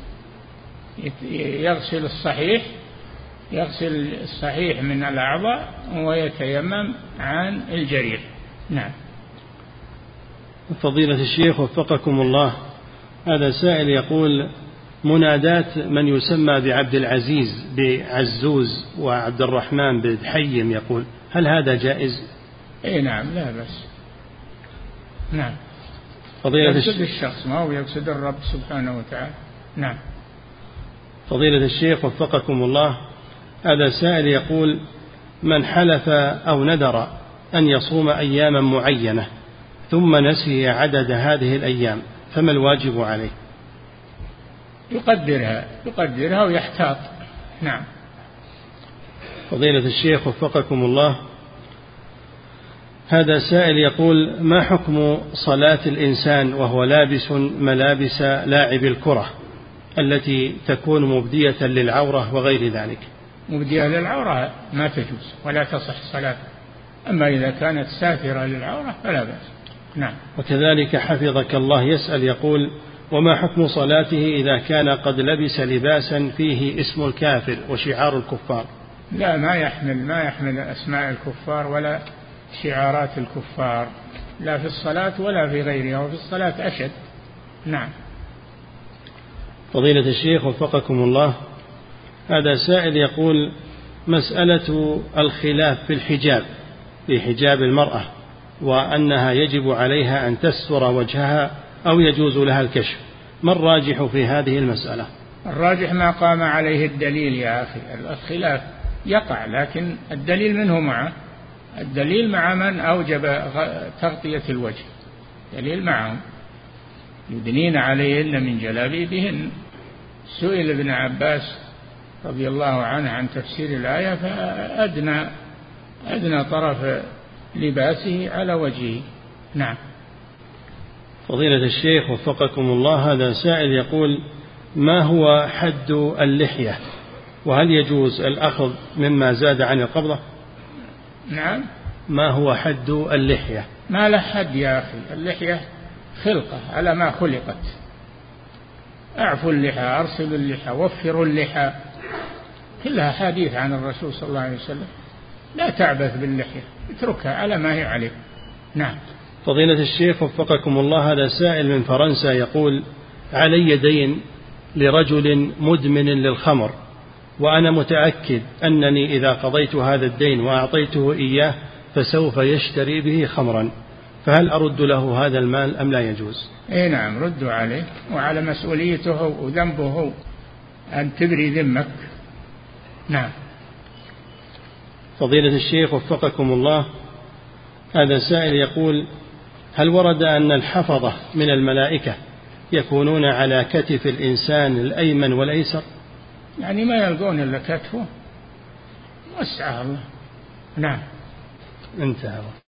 يغسل الصحيح يغسل الصحيح من الأعضاء ويتيمم عن الجريح. نعم. فضيلة الشيخ وفقكم الله، هذا سائل يقول: منادات من يسمى بعبد العزيز بعزوز وعبد الرحمن بحيم، يقول: هل هذا جائز؟ اي نعم، لا بس. نعم. فضيلة يقصد الشخص ما هو يقصد الرب سبحانه وتعالى. نعم. فضيلة الشيخ وفقكم الله، هذا سائل يقول: من حلف أو نذر أن يصوم أياما معينة ثم نسي عدد هذه الأيام فما الواجب عليه؟ يقدرها يقدرها ويحتاط. نعم. فضيلة الشيخ وفقكم الله، هذا سائل يقول: ما حكم صلاة الإنسان وهو لابس ملابس لاعب الكرة التي تكون مبدية للعورة وغير ذلك؟ مبدية للعورة ما تجوز ولا تصح صلاة، أما إذا كانت ساترة للعورة فلا بأس. نعم. وكذلك حفظك الله يسأل يقول: وما حكم صلاته إذا كان قد لبس لباسا فيه اسم الكافر وشعار الكفار؟ لا، ما يحمل ما يحمل أسماء الكفار ولا شعارات الكفار، لا في الصلاة ولا في غيرها، وفي الصلاة أشد. نعم. فضيلة الشيخ وفقكم الله، هذا سائل يقول: مسألة الخلاف في الحجاب، في حجاب المرأة، وأنها يجب عليها أن تستر وجهها أو يجوز لها الكشف، ما الراجح في هذه المسألة؟ الراجح ما قام عليه الدليل يا أخي. الخلاف يقع لكن الدليل منه معه، الدليل مع من أوجب تغطية الوجه، دليل معهم، يدنين عليهن من جلابيبهن. سئل ابن عباس رضي الله عنه عن تفسير الآية فأدنى أدنى طرف لباسه على وجهه. نعم. فضيلة الشيخ وفقكم الله، هذا سائل يقول: ما هو حد اللحية، وهل يجوز الأخذ مما زاد عن القبضة؟ نعم. ما هو حد اللحية؟ ما له حد يا أخي، اللحية خلقة على ما خلقت. أعفوا اللحى، أرسلوا اللحى، وفروا اللحى، كلها حديث عن الرسول صلى الله عليه وسلم. لا تعبث باللحية، اتركها على ما هي عليه. نعم. فضيلة الشيخ وفقكم الله، هذا سائل من فرنسا يقول: علي دين لرجل مدمن للخمر، وأنا متأكد أنني إذا قضيت هذا الدين وأعطيته إياه فسوف يشتري به خمرا، فهل أرد له هذا المال أم لا يجوز؟ إيه نعم، ردوا عليه، وعلى مسؤوليته وذنبه أن تبري ذمك. نعم. فضيلة الشيخ وفقكم الله، هذا سائل يقول: هل ورد أن الحفظة من الملائكة يكونون على كتف الإنسان الأيمن والأيسر؟ يعني ما يلقون إلا كتفه، وسعه الله. نعم. انتهى.